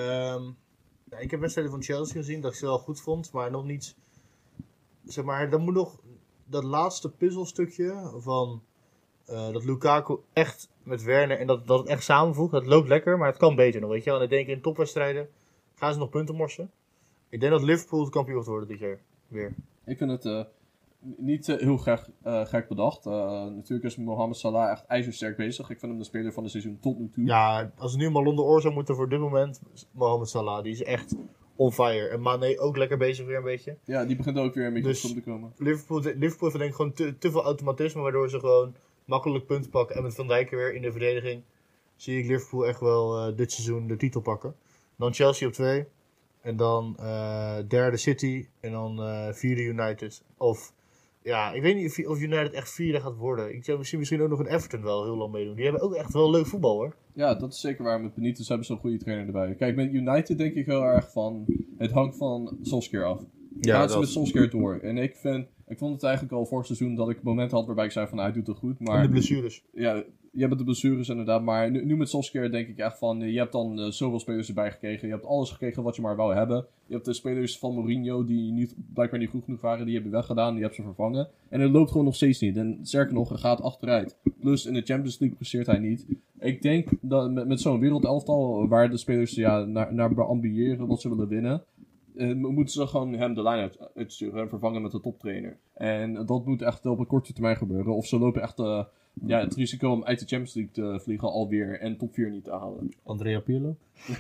Ik heb wedstrijden van Chelsea gezien dat ik ze wel goed vond, maar nog niet... Zeg maar, dan moet nog dat laatste puzzelstukje van dat Lukaku echt met Werner en dat het echt samenvoegt. Dat loopt lekker, maar het kan beter nog, weet je wel. En ik denk in topwedstrijden gaan ze nog punten morsen. Ik denk dat Liverpool het kampioen wordt worden dit jaar weer. Ik vind het niet heel gek bedacht. Natuurlijk is Mohamed Salah echt ijzersterk bezig. Ik vind hem de speler van het seizoen tot nu toe. Ja, als er nu een Ballon d'Or zou moeten voor dit moment, Mohamed Salah, die is echt on fire. En Mane ook lekker bezig weer een beetje. Ja, die begint ook weer een beetje op te komen. Liverpool heeft denk ik gewoon te veel automatisme, waardoor ze gewoon makkelijk punten pakken. En met Van Dijk weer in de verdediging zie ik Liverpool echt wel dit seizoen de titel pakken. Dan Chelsea op 2. En dan derde City. En dan vierde United. Of, ja, ik weet niet of United echt vierde gaat worden. Ik zou misschien ook nog een Everton wel heel lang meedoen. Die hebben ook echt wel leuk voetbal, hoor. Ja, dat is zeker waar. Met Benitez hebben ze een goede trainer erbij. Kijk, met United denk ik heel erg van... Het hangt van Solskjaer af. Gaat ze met Solskjaer door. En ik vond het eigenlijk al vorig seizoen dat ik momenten had waarbij ik zei van... hij doet het goed, maar... En de blessures. Ja, je hebt de blessures inderdaad. Maar nu met Solskjaer denk ik echt van... Je hebt dan zoveel spelers erbij gekregen. Je hebt alles gekregen wat je maar wou hebben. Je hebt de spelers van Mourinho die blijkbaar niet goed genoeg waren. Die hebben weggedaan. Die hebben ze vervangen. En het loopt gewoon nog steeds niet. En sterker nog, hij gaat achteruit. Plus in de Champions League presteert hij niet. Ik denk dat met zo'n wereldelftal... waar de spelers naar ambiëren wat ze willen winnen... moeten ze gewoon hem de lijn uitsturen en vervangen met de toptrainer. En dat moet echt op een korte termijn gebeuren. Of ze lopen echt het risico om uit de Champions League te vliegen alweer en top 4 niet te halen. Andrea Pirlo?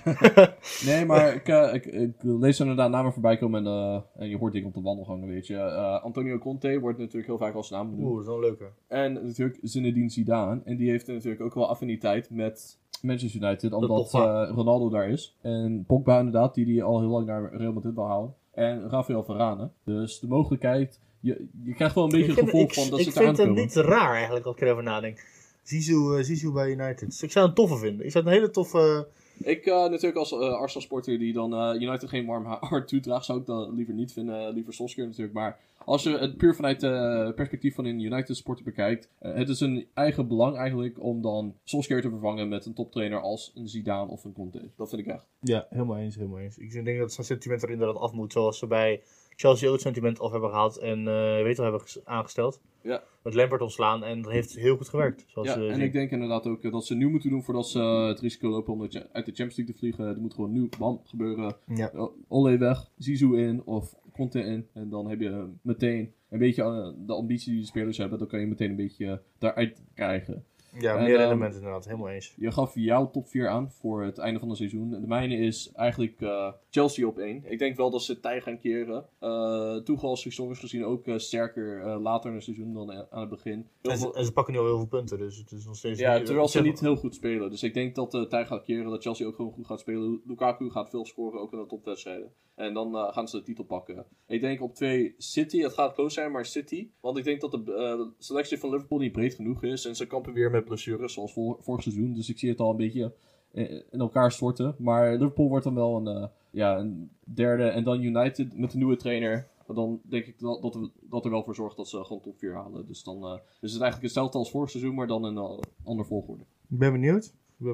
Nee, maar ik lees inderdaad namen voorbij komen en je hoort dingen op de wandelgangen, weet je. Antonio Conte wordt natuurlijk heel vaak als naam benoemd. Dat is wel een leuke. En natuurlijk Zinedine Zidane. En die heeft natuurlijk ook wel affiniteit met Manchester United, omdat Ronaldo daar is. En Pogba inderdaad, die al heel lang naar Real Madrid wil halen. En Rafael Varane. Dus de mogelijkheid... Je krijgt wel een beetje het gevoel van dat ze het aankomen. Ik vind het niet raar eigenlijk, als ik erover nadenk. Zizou bij United. Dus ik zou het toffe vinden. Ik zou het een hele toffe... Ik natuurlijk als Arsenal-sporter die dan United geen warm hart toedraagt, zou ik dat liever niet vinden. Liever Solskjaer natuurlijk. Maar als je het puur vanuit het perspectief van een United-sporter bekijkt, het is een eigen belang eigenlijk om dan Solskjaer te vervangen met een toptrainer als een Zidane of een Conte. Dat vind ik echt. Ja, helemaal eens. Ik denk dat zo'n sentiment er inderdaad af moet, zoals ze bij Chelsea ook het sentiment af hebben gehaald en weet wel hebben aangesteld. Ja. Met Lampard ontslaan en dat heeft heel goed gewerkt. En ik denk inderdaad ook dat ze nu moeten doen voordat ze het risico lopen om uit de Champions League te vliegen. Dat moet gewoon nu gebeuren. Ja. Ole weg, Zizou in of Conte in. En dan heb je meteen een beetje de ambitie die de spelers hebben. Dan kan je meteen een beetje daaruit krijgen. Ja, meer rendement inderdaad. Helemaal eens. Je gaf jouw top 4 aan voor het einde van het seizoen. De mijne is eigenlijk Chelsea op 1. Ik denk wel dat ze tij gaan keren. Tuchel is historisch gezien ook sterker later in het seizoen dan aan het begin. En ze pakken nu al heel veel punten, dus het is nog steeds... Ja, terwijl ze niet heel goed spelen. Dus ik denk dat tij gaat keren, dat Chelsea ook gewoon goed gaat spelen. Lukaku gaat veel scoren, ook in de topwedstrijden. En dan gaan ze de titel pakken. Ik denk op 2 City. Het gaat close zijn, maar City. Want ik denk dat de selectie van Liverpool niet breed genoeg is. En ze kampen weer met blessures, zoals vorig seizoen. Dus ik zie het al een beetje in elkaar storten. Maar Liverpool wordt dan wel een derde. En dan United met een nieuwe trainer. Dan denk ik dat er wel voor zorgt dat ze gewoon top 4 halen. Dus dan is het eigenlijk hetzelfde als vorig seizoen, maar dan in een ander volgorde. Ik ben benieuwd.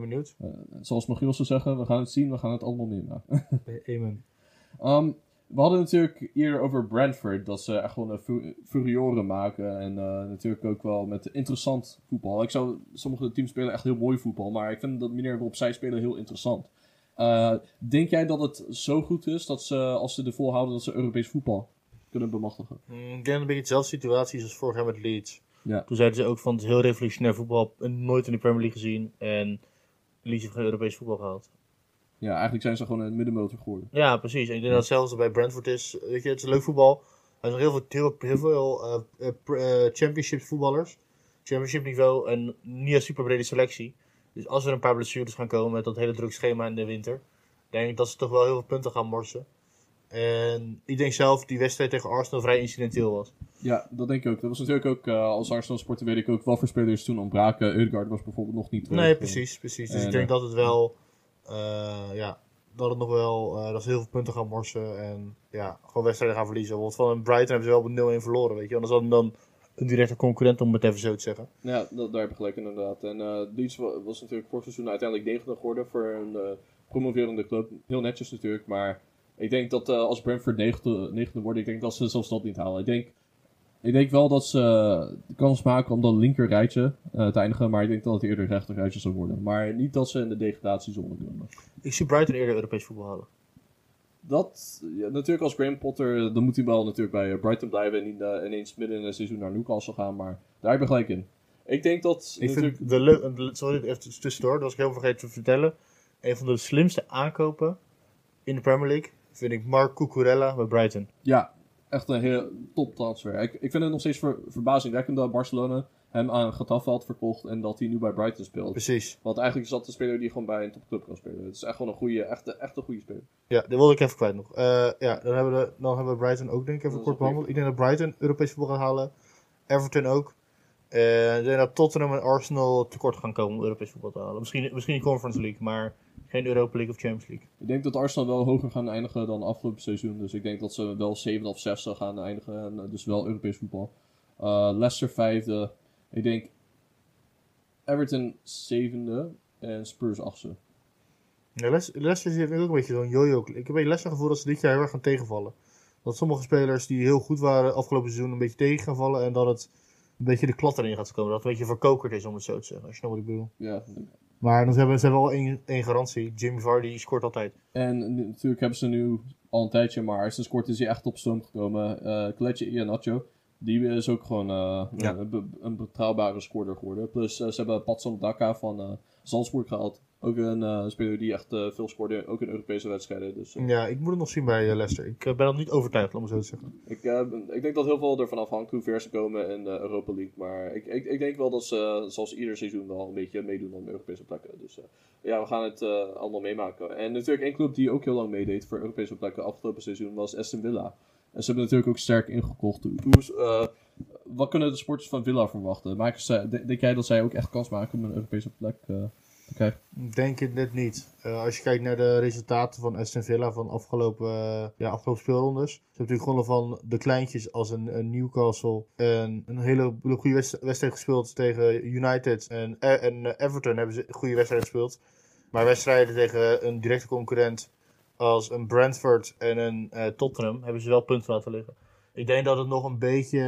Zoals Michiel zou zeggen, we gaan het zien. We gaan het allemaal meemaken. Amen. We hadden natuurlijk eerder over Brentford, dat ze echt gewoon furioren maken. En natuurlijk ook wel met interessant voetbal. Sommige teams spelen echt heel mooi voetbal, maar ik vind dat manier waarop zij spelen heel interessant. Denk jij dat het zo goed is dat ze, als ze de volhouden, dat ze Europees voetbal kunnen bemachtigen? Ik denk een beetje dezelfde situatie als vorig jaar met Leeds. Ja. Toen zeiden ze ook van het is heel revolutionair voetbal, nooit in de Premier League gezien. En Leeds heeft geen Europees voetbal gehaald. Ja, eigenlijk zijn ze gewoon een middenmotor geworden. Ja, precies. En ik denk dat hetzelfde bij Brentford is. Weet je, het is leuk voetbal. Er zijn nog heel veel championship voetballers. Championship niveau en niet een super brede selectie. Dus als er een paar blessures gaan komen met dat hele druk schema in de winter, denk ik dat ze toch wel heel veel punten gaan morsen. En ik denk zelf die wedstrijd tegen Arsenal vrij incidenteel was. Ja, dat denk ik ook. Dat was natuurlijk ook, als Arsenal sporter weet ik ook wel voor spelers toen ontbraken. Ødegaard was bijvoorbeeld nog niet terug. Nee, precies. Dus ik denk dat het wel, dat het nog wel, dat ze heel veel punten gaan morsen en ja, gewoon wedstrijden gaan verliezen. Want van Brighton hebben ze wel op 0-1 verloren, weet je. Anders hadden dan een directe concurrent, om het even zo te zeggen. Ja, daar heb je gelijk inderdaad. En Leeds was natuurlijk vorig seizoen uiteindelijk 90 geworden voor een promoverende club. Heel netjes natuurlijk, maar ik denk dat als Brentford 90 wordt, ik denk dat ze zelfs dat niet halen. Ik denk wel dat ze de kans maken om dat linker rijtje te eindigen, maar ik denk dat het eerder rechter rijtje zal worden. Maar niet dat ze in de degradatiezone komen. Ik zie Brighton eerder Europees voetbal halen. Dat, ja, natuurlijk als Graham Potter, dan moet hij wel natuurlijk bij Brighton blijven en niet ineens midden in het seizoen naar Newcastle gaan, maar daar heb je gelijk in. Ik denk dat... Ik natuurlijk... vind sorry, even tussendoor, dat was ik heel vergeten te vertellen. Een van de slimste aankopen in de Premier League vind ik Marc Cucurella bij Brighton. Ja, echt een heel top transfer. Ik vind het nog steeds verbazingwekkend dat Barcelona hem aan Getafe had verkocht en dat hij nu bij Brighton speelt. Precies. Want eigenlijk is dat de speler die gewoon bij een topclub kan spelen. Het is echt gewoon een goede, echt een goede speler. Ja, die wilde ik even kwijt nog. Ja, dan hebben we Brighton ook denk ik even Dat is kort een behandeld. Ik denk dat Brighton Europees voetbal gaat halen. Everton ook. Ik denk dat Tottenham en Arsenal tekort gaan komen om Europees voetbal te halen. Misschien in Conference League, maar geen Europa League of Champions League. Ik denk dat Arsenal wel hoger gaan eindigen dan afgelopen seizoen. Dus ik denk dat ze wel 7 of 6 gaan eindigen. En, dus wel Europees voetbal. Leicester 5e. Ik denk Everton 7e. En Spurs 8e. Ja, Leicester heeft ook een beetje zo'n yo-yo. Ik heb een beetje Leicester gevoel dat ze dit jaar heel erg gaan tegenvallen. Dat sommige spelers die heel goed waren afgelopen seizoen een beetje tegen gaan vallen. En dat het een beetje de klad erin gaat komen. Dat het een beetje verkokerd is om het zo te zeggen. Als je nou wat ik bedoel. Ja. Maar dan hebben ze wel één garantie. Jimmy Vardy scoort altijd. En natuurlijk hebben ze nu al een tijdje, maar sinds kort is hij echt op stoom gekomen. Kelechi Iheanacho, die is ook gewoon een betrouwbare scorer geworden. Plus ze hebben Patson Daka van Salzburg gehaald. Ook een speler die echt veel scoorde, ook in Europese wedstrijden. Dus, Ja, ik moet het nog zien bij Leicester. Ik ben nog niet overtuigd, om het zo te zeggen. ik denk dat heel veel ervan afhangt hoe ver ze komen in de Europa League. Maar ik denk wel dat ze, zoals ieder seizoen, wel een beetje meedoen om Europese plekken. Dus ja, we gaan het allemaal meemaken. En natuurlijk één club die ook heel lang meedeed voor Europese plekken afgelopen seizoen was Aston Villa. En ze hebben natuurlijk ook sterk ingekocht. Wat kunnen de sporters van Villa verwachten? Denk jij dat zij ook echt kans maken om een Europese plek te krijgen? Ik denk het net niet. Als je kijkt naar de resultaten van Aston Villa van afgelopen speelrondes. Ze hebben natuurlijk gewonnen van de kleintjes als een Newcastle. En een hele goede wedstrijd gespeeld tegen United. En Everton hebben ze een goede wedstrijd gespeeld. Maar wedstrijden tegen een directe concurrent als een Brentford en een Tottenham hebben ze wel punten laten liggen. Ik denk dat het nog een beetje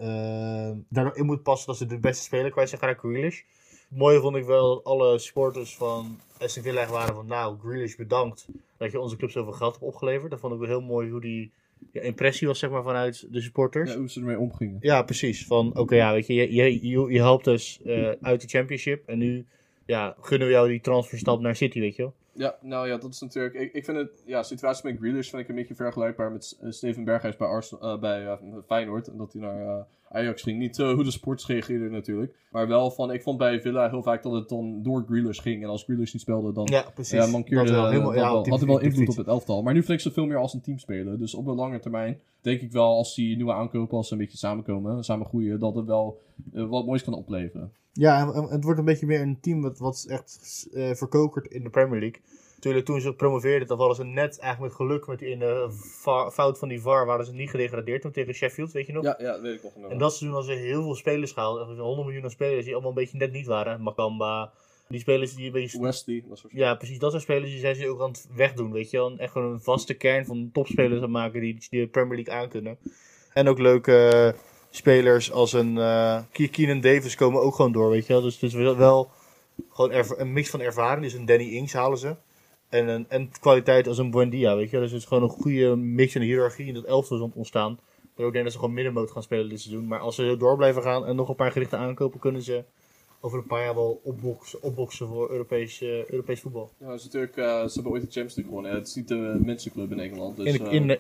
daarin moet passen dat ze de beste speler kwijt zijn, Grealish. Het mooie vond ik wel dat alle supporters van Aston Villa echt waren van nou, Grealish bedankt dat je onze club zoveel geld hebt opgeleverd. Dat vond ik wel heel mooi hoe die impressie was zeg maar vanuit de supporters. Ja, hoe ze ermee omgingen. Ja, precies. Van oké, weet je helpt dus uit de championship en nu gunnen we jou die transferstap naar City, weet je wel. Ja, nou ja, dat is natuurlijk... Ik vind het... Ja, de situatie met Grealish vind ik een beetje vergelijkbaar met Steven Berghuis bij Feyenoord. En dat hij naar Ajax ging. Niet hoe de sports reageerden natuurlijk. Maar wel van... Ik vond bij Villa heel vaak dat het dan door Grealish ging. En als Grealish niet speelde, dan mankeerde... Had hij wel invloed op het elftal. Maar nu vind ik ze veel meer als een team spelen. Dus op de lange termijn denk ik wel als die nieuwe aankopen, als ze een beetje samenkomen, samen groeien, dat het wel wat moois kan opleveren. Ja, en het wordt een beetje meer een team wat echt verkokert in de Premier League. Natuurlijk, toen ze promoveerden, dan hadden ze net eigenlijk met geluk met die fout van die VAR, waren ze niet gedegradeerd toen tegen Sheffield, weet je nog? Ja, dat weet ik nog. En dat seizoen hadden ze heel veel spelers gehaald, 100 miljoen spelers die allemaal een beetje net niet waren. Makamba, die spelers die een beetje... Wesley, dat soort. Ja, precies, dat soort spelers die zijn ze ook aan het wegdoen, weet je wel. Echt gewoon een vaste kern van topspelers aan maken die de Premier League aankunnen. En ook leuke spelers als een Keenan Davis komen ook gewoon door, weet je wel. Dus het is wel gewoon een mix van ervaring. Dus een Danny Ings halen ze. En kwaliteit als een Buendia, weet je. Dus het is gewoon een goede mix in de hiërarchie in dat elftal is ontstaan. Ik denk dat ze gewoon middenmoot gaan spelen dit seizoen. Maar als ze door blijven gaan en nog een paar gerichte aankopen, kunnen ze over een paar jaar wel opboksen voor Europees voetbal. Ja, dat is natuurlijk, ze hebben ooit de Champions League gewonnen. Het is niet de mensenclub in Engeland. Dus,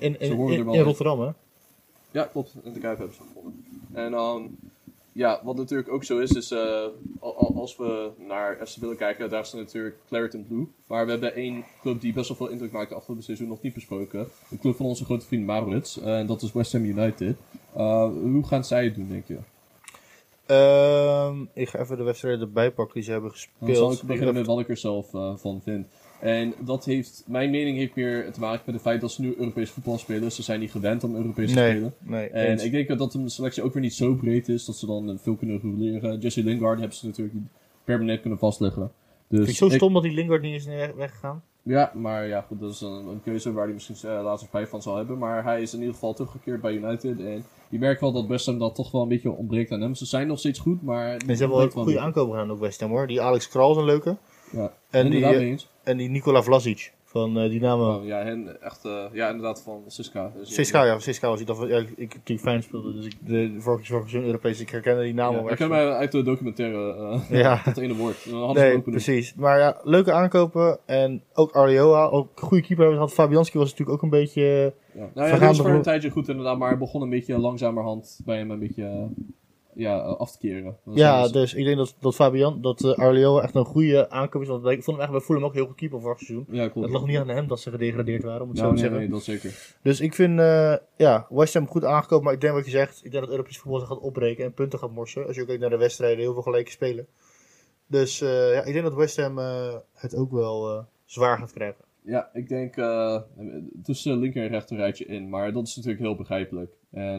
in Rotterdam, hè? Ja, klopt. In de Kuip hebben ze gewonnen. En ja, wat natuurlijk ook zo is als we naar Aston Villa kijken, daar is natuurlijk Clareton Blue. Maar we hebben één club die best wel veel indruk maakte afgelopen seizoen nog niet besproken. De club van onze grote vriend Maurits. En dat is West Ham United. Hoe gaan zij het doen, denk je? Ik ga even de wedstrijden erbij pakken die ze hebben gespeeld. Dan zal ik beginnen met wat ik er zelf van vind. En mijn mening heeft meer te maken met het feit dat ze nu Europees voetbal spelen. Ze zijn niet gewend om Europees te spelen. En ik denk dat de selectie ook weer niet zo breed is dat ze dan veel kunnen reguleren. Jesse Lingard hebben ze natuurlijk niet permanent kunnen vastleggen. Dus vind je zo stom dat die Lingard niet is weggegaan? Ja, maar ja, goed, dat is een keuze waar hij misschien later spijt van zal hebben. Maar hij is in ieder geval teruggekeerd bij United. En je merkt wel dat West Ham dat toch wel een beetje ontbreekt aan hem. Ze zijn nog steeds goed, maar... En ze hebben wel een goede aankopen gedaan ook West Ham, hoor. Die Alex Kral is een leuke. Ja, en die Nikola Vlasic van Dynamo. Oh, ja, inderdaad van Siska. Dus Siska was die ik natuurlijk fijn speelde. Dus de vorige seizoen Europees, ik herkende die naam al. Ik ken mij uit de documentaire dat ene woord. Nee, precies. Maar ja, leuke aankopen. En ook Ariola, ook een goede keeper. Had Fabianski was natuurlijk ook een beetje... Ja. Nou ja, dat was voor een tijdje goed inderdaad, maar het begon een beetje langzamerhand bij hem een beetje... af te keren. Dus ik denk dat Fabian, dat Arliola echt een goede aankoop is. Want ik vond hem echt bij Fulham ook heel goed keeper vorig seizoen. Ja, klopt. Het lag niet aan hem dat ze gedegradeerd waren, om het zo Ja, te zeggen. nee, dat zeker. Dus ik vind West Ham goed aangekomen, maar ik denk wat je zegt, ik denk dat Europees voetbal zich gaat opbreken en punten gaat morsen. Als je ook kijkt naar de wedstrijden, heel veel gelijke spelen. Dus ik denk dat West Ham het ook wel zwaar gaat krijgen. Ja, ik denk tussen linker en rechter rijtje in, maar dat is natuurlijk heel begrijpelijk.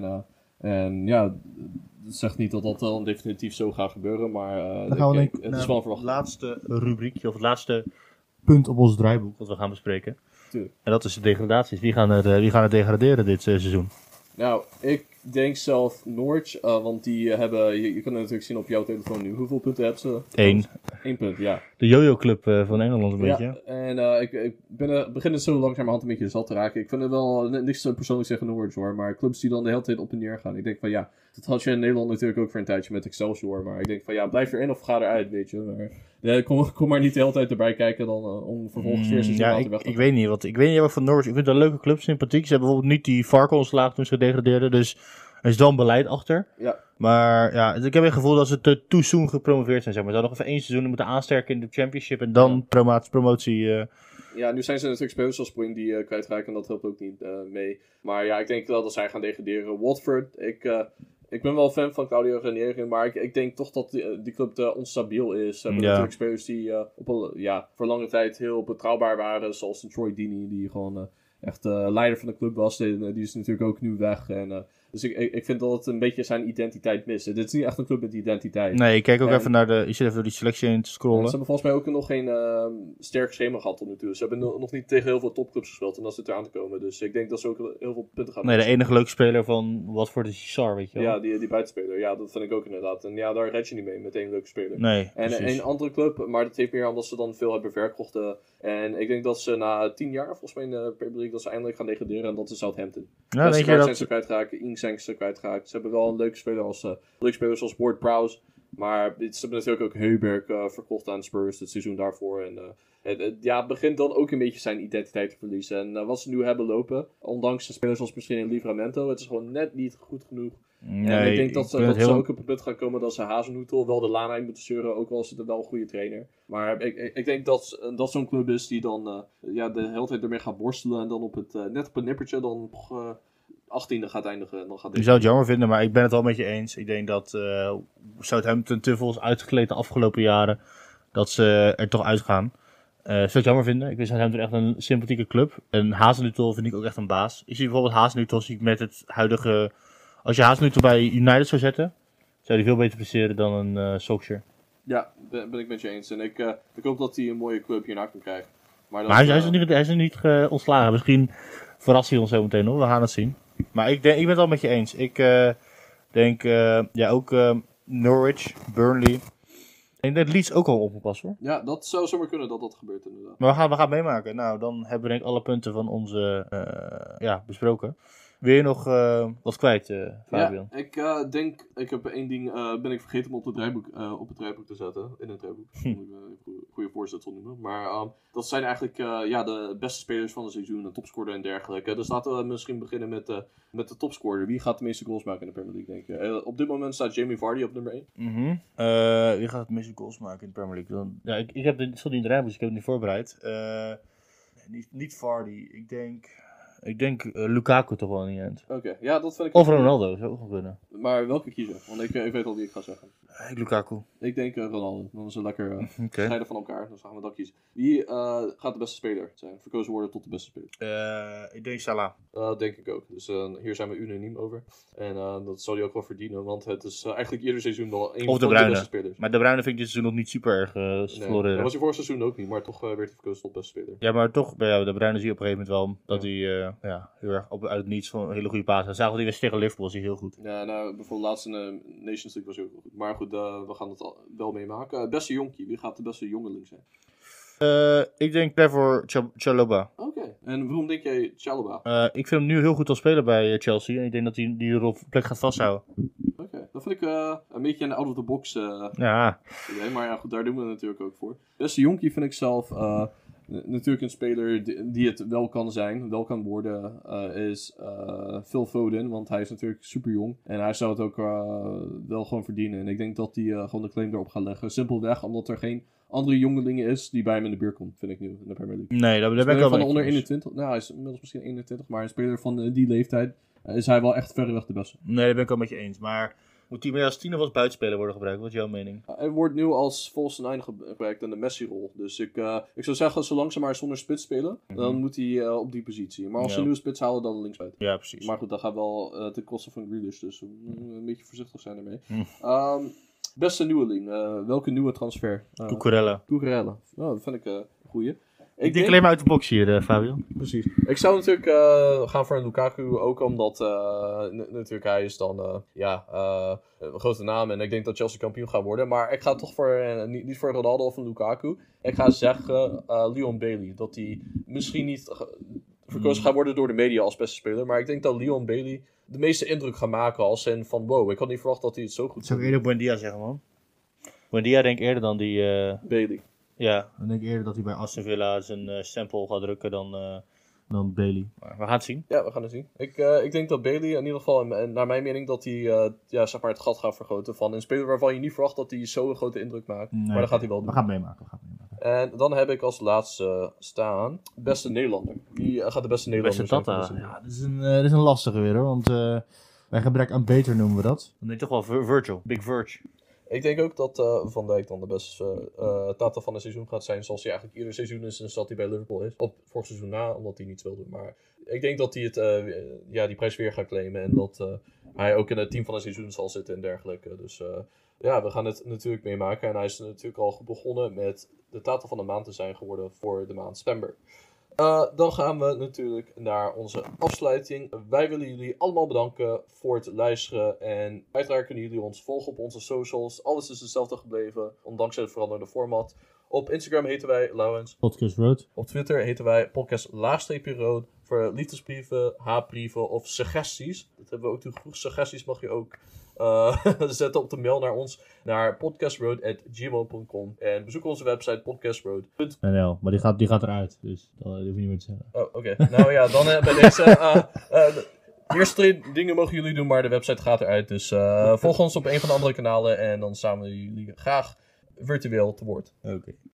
En ja, het zegt niet dat dat dan definitief zo gaat gebeuren, maar Dan gaan we het is wel verwacht. Het laatste rubriekje, of het laatste punt op ons draaiboek dat we gaan bespreken. Tuurlijk. En dat is de degradaties. Wie gaan er degraderen dit seizoen? Nou, ik denk zelf Norwich, want die hebben, je kan het natuurlijk zien op jouw telefoon nu. Hoeveel punten hebben ze? 1 punt, ja. De Jojo Club van Engeland een beetje. Ja, en ik begin het zo langzamerhand een beetje zat te raken. Ik vind het wel niks persoonlijk zeggen Norwich hoor, maar clubs die dan de hele tijd op en neer gaan. Ik denk van ja, dat had je in Nederland natuurlijk ook voor een tijdje met Excelsior, maar ik denk van ja, blijf erin of ga eruit, weet je. Maar kom maar niet de hele tijd erbij kijken dan om vervolgens weer seizoen later weg te gaan. Ik weet niet wat van Norwich. Ik vind het een leuke club, sympathiek. Ze hebben bijvoorbeeld niet die VAR-ontslagen toen ze gedegradeerden, dus er is wel een beleid achter. Ja. Maar ja, ik heb het gevoel dat ze te too soon gepromoveerd zijn. Zeg maar. Ze hadden nog even 1 seizoen moeten aansterken in de championship en dan promotie. Ja, nu zijn ze natuurlijk spelers als Point die kwijtraken en dat helpt ook niet mee. Maar ja, ik denk wel dat zij gaan degraderen. Watford, ik ben wel fan van Claudio Ranieri, maar ik denk toch dat die club te onstabiel is. Ze hebben natuurlijk spelers die voor lange tijd heel betrouwbaar waren, zoals een Troy Deeney, die gewoon echt leider van de club was. Die is natuurlijk ook nu weg. Dus ik vind dat het een beetje zijn identiteit mist. Dit is niet echt een club met identiteit. Nee, ik kijk ook even naar je zit even door die selectie heen te scrollen. Ze hebben volgens mij ook nog geen sterk schema gehad tot nu toe. Ze hebben nog niet tegen heel veel topclubs gespeeld en dat zit eraan te komen. Dus ik denk dat ze ook heel veel punten gaan Nee, de enige leuke speler van Watford is Sar, weet je wel. Ja, die buitenspeler. Ja, dat vind ik ook inderdaad. En ja, daar red je niet mee met één leuke speler. Nee, en een andere club, maar dat heeft meer omdat ze dan veel hebben verkocht. En ik denk dat ze na 10 jaar, volgens mij in de Premier League, dat ze eindelijk gaan degraderen. En dat is Southampton. Ja, denk je zijn ze kwijtgeraakt, Ings ze kwijtgeraakt. Ze hebben wel een leuke speler als Ward Prowse. Maar ze hebben natuurlijk ook Heuberg verkocht aan Spurs het seizoen daarvoor. En het begint dan ook een beetje zijn identiteit te verliezen. En wat ze nu hebben lopen, ondanks de spelers als misschien in Livramento, het is gewoon net niet goed genoeg. Nee, en ik denk dat ze ook op het punt gaan komen dat ze Hazenhoetel wel de laan uit moeten sturen, ook al is het wel een goede trainer. Maar ik denk dat zo'n club is die dan de hele tijd ermee gaat worstelen en dan net op het nippertje dan 18e gaat eindigen. En dan gaat je zou het jammer vinden, maar ik ben het wel met je eens. Ik denk dat Southampton te veel is uitgekleed de afgelopen jaren, dat ze er toch uitgaan. Zou het jammer vinden. Ik vind Southampton echt een sympathieke club. En Hazenhutel vind ik ook echt een baas. Ik zie bijvoorbeeld Hazenhutel met het huidige... Als je Hazenhutel bij United zou zetten, zou hij veel beter presteren dan een Solskjaer. Ja, ben ik met je eens. En ik hoop dat hij een mooie club hierna kan krijgen. Maar hij is nog niet ontslagen. Misschien verrast hij ons zo meteen nog. We gaan het zien. Maar ik ben het al met je eens. Ik denk ook Norwich, Burnley. Ik denk dat Leeds ook al op moet passen hoor. Ja, dat zou zomaar kunnen dat dat gebeurt inderdaad. Maar we gaan het meemaken. Nou, dan hebben we denk ik alle punten van onze besproken. Wil je nog wat kwijt, Fabian? Ja, ik denk, ik heb één ding, ben ik vergeten om op het draaiboek te zetten. In het draaiboek, moet ik een goede voorzetsel noemen. Maar dat zijn eigenlijk de beste spelers van het seizoen, een topscorer en dergelijke. Dus laten we misschien beginnen met de topscorer. Wie gaat de meeste goals maken in de Premier League, denk je? Op dit moment staat Jamie Vardy op nummer 1. Wie gaat het meeste goals maken in de Premier League? Ik heb het niet in het draaiboek, dus ik heb het niet voorbereid. Niet Vardy, ik denk Lukaku toch wel in die end. Oké, ja, dat vind ik... Of Ronaldo, zou ook wel kunnen. Maar welke kiezen? Want ik weet al wie ik ga zeggen. Lukaku. Ik denk Ronaldo. Dan is het lekker scheiden van elkaar. Dan gaan we dat kiezen. Wie gaat de beste speler zijn? Verkozen worden tot de beste speler? Ik denk Salah. Denk ik ook. Dus hier zijn we unaniem over. En dat zal hij ook wel verdienen. Want het is eigenlijk ieder seizoen wel een van de beste spelers. Maar De Bruyne vind ik dit seizoen nog niet super erg floreren. Dat was hij vorig seizoen ook niet. Maar toch werd hij verkozen tot beste speler. Ja, maar toch, bij De Bruyne zie je op een gegeven moment wel dat hij heel erg uit het niets van een hele goede paas. En zagen we die tegen Liverpool was hij heel goed. Ja, nou, bijvoorbeeld laatst in de Nations League was hij ook wel goed. Maar goed, we gaan het wel meemaken. Beste jonkie. Wie gaat de beste jongeling zijn? Ik denk Trevor Chalobah. Oké. En waarom denk jij Chalobah? Ik vind hem nu heel goed als speler bij Chelsea. En ik denk dat hij die plek gaat vasthouden. Oké. Dat vind ik een beetje een out-of-the-box idee. Maar ja, goed, daar doen we het natuurlijk ook voor. Beste jonkie vind ik zelf Natuurlijk een speler die het wel kan zijn, wel kan worden, is Phil Foden. Want hij is natuurlijk super jong. En hij zou het ook wel gewoon verdienen. En ik denk dat hij gewoon de claim erop gaat leggen. Simpelweg omdat er geen andere jongelingen is die bij hem in de buurt komt, vind ik nu in de Premier League. Nee, daar ben ik Speler wel van de mee onder eens. 21. Nou, hij is inmiddels misschien 21. Maar een speler van die leeftijd is hij wel echt verreweg de beste. Nee, daar ben ik wel met je eens. Maar moet hij meer als 10 of als buitenspeler worden gebruikt? Wat is jouw mening? Hij wordt nu als volgens einde gebruikt in de Messi-rol. Dus ik zou zeggen, zolang ze maar zonder spits spelen, dan moet hij op die positie. Maar als ze Ja. een nieuwe spits halen, dan linksbuiten. Ja, precies. Maar goed, dat gaat wel ten koste van Grealish, dus een beetje voorzichtig zijn ermee. Hm. Beste nieuweling, welke nieuwe transfer? Cucurella. Cucurella. Nou, dat vind ik een goeie. Ik denk alleen maar uit de box hier, Fabio. Precies. Ik zou natuurlijk gaan voor een Lukaku, ook omdat natuurlijk hij is dan een grote naam en ik denk dat Chelsea kampioen gaat worden. Maar ik ga toch voor, niet voor Ronaldo of een Lukaku. Ik ga zeggen Leon Bailey, dat hij misschien niet verkozen gaat worden door de media als beste speler. Maar ik denk dat Leon Bailey de meeste indruk gaat maken als in van wow, ik had niet verwacht dat hij het zo goed Zou ik eerder Buendia zeggen, man? Buendia denk ik eerder dan die... Bailey. Ja, dan denk ik eerder dat hij bij Aston Villa zijn stempel gaat drukken dan Bailey. Maar we gaan het zien. Ja, we gaan het zien. Ik denk dat Bailey in ieder geval, naar mijn mening, dat hij zeg maar het gat gaat vergroten van een speler waarvan je niet verwacht dat hij zo'n grote indruk maakt. Nee, maar dat gaat hij wel doen. We gaan het meemaken. En dan heb ik als laatste staan beste Nederlander. Wie gaat de beste Nederlander Beste zijn? Tata. Ja, dit is een lastige weer hoor, want bij gebrek aan beter noemen we dat. Dan denk ik toch wel Virgil. Big Virg. Ik denk ook dat Van Dijk dan de beste Tata van het seizoen gaat zijn, zoals hij eigenlijk ieder seizoen is en zoals hij bij Liverpool is. Op vorig seizoen na, omdat hij niet speelde. Maar ik denk dat hij die prijs weer gaat claimen en dat hij ook in het team van het seizoen zal zitten en dergelijke. Dus we gaan het natuurlijk meemaken. En hij is natuurlijk al goed begonnen met de Tata van de maand te zijn geworden voor de maand september. Dan gaan we natuurlijk naar onze afsluiting. Wij willen jullie allemaal bedanken voor het luisteren. En uiteraard kunnen jullie ons volgen op onze socials. Alles is hetzelfde gebleven, ondanks het veranderde format. Op Instagram heten wij Laurens. Podcast Road. Op Twitter heten wij podcast_rood. Voor liefdesbrieven, haatbrieven of suggesties. Dat hebben we ook toegevoegd. Suggesties mag je ook zetten op de mail naar ons. Naar podcastroad@gmail.com. En bezoek onze website podcastroad.nl. NL, maar die gaat eruit, dus dat hoef je niet meer te zeggen. Oh, oké. Nou ja, dan bij deze... de eerste 2 dingen mogen jullie doen, maar de website gaat eruit. Dus volg ons op een van de andere kanalen en dan staan we jullie graag virtueel te woord. Oké.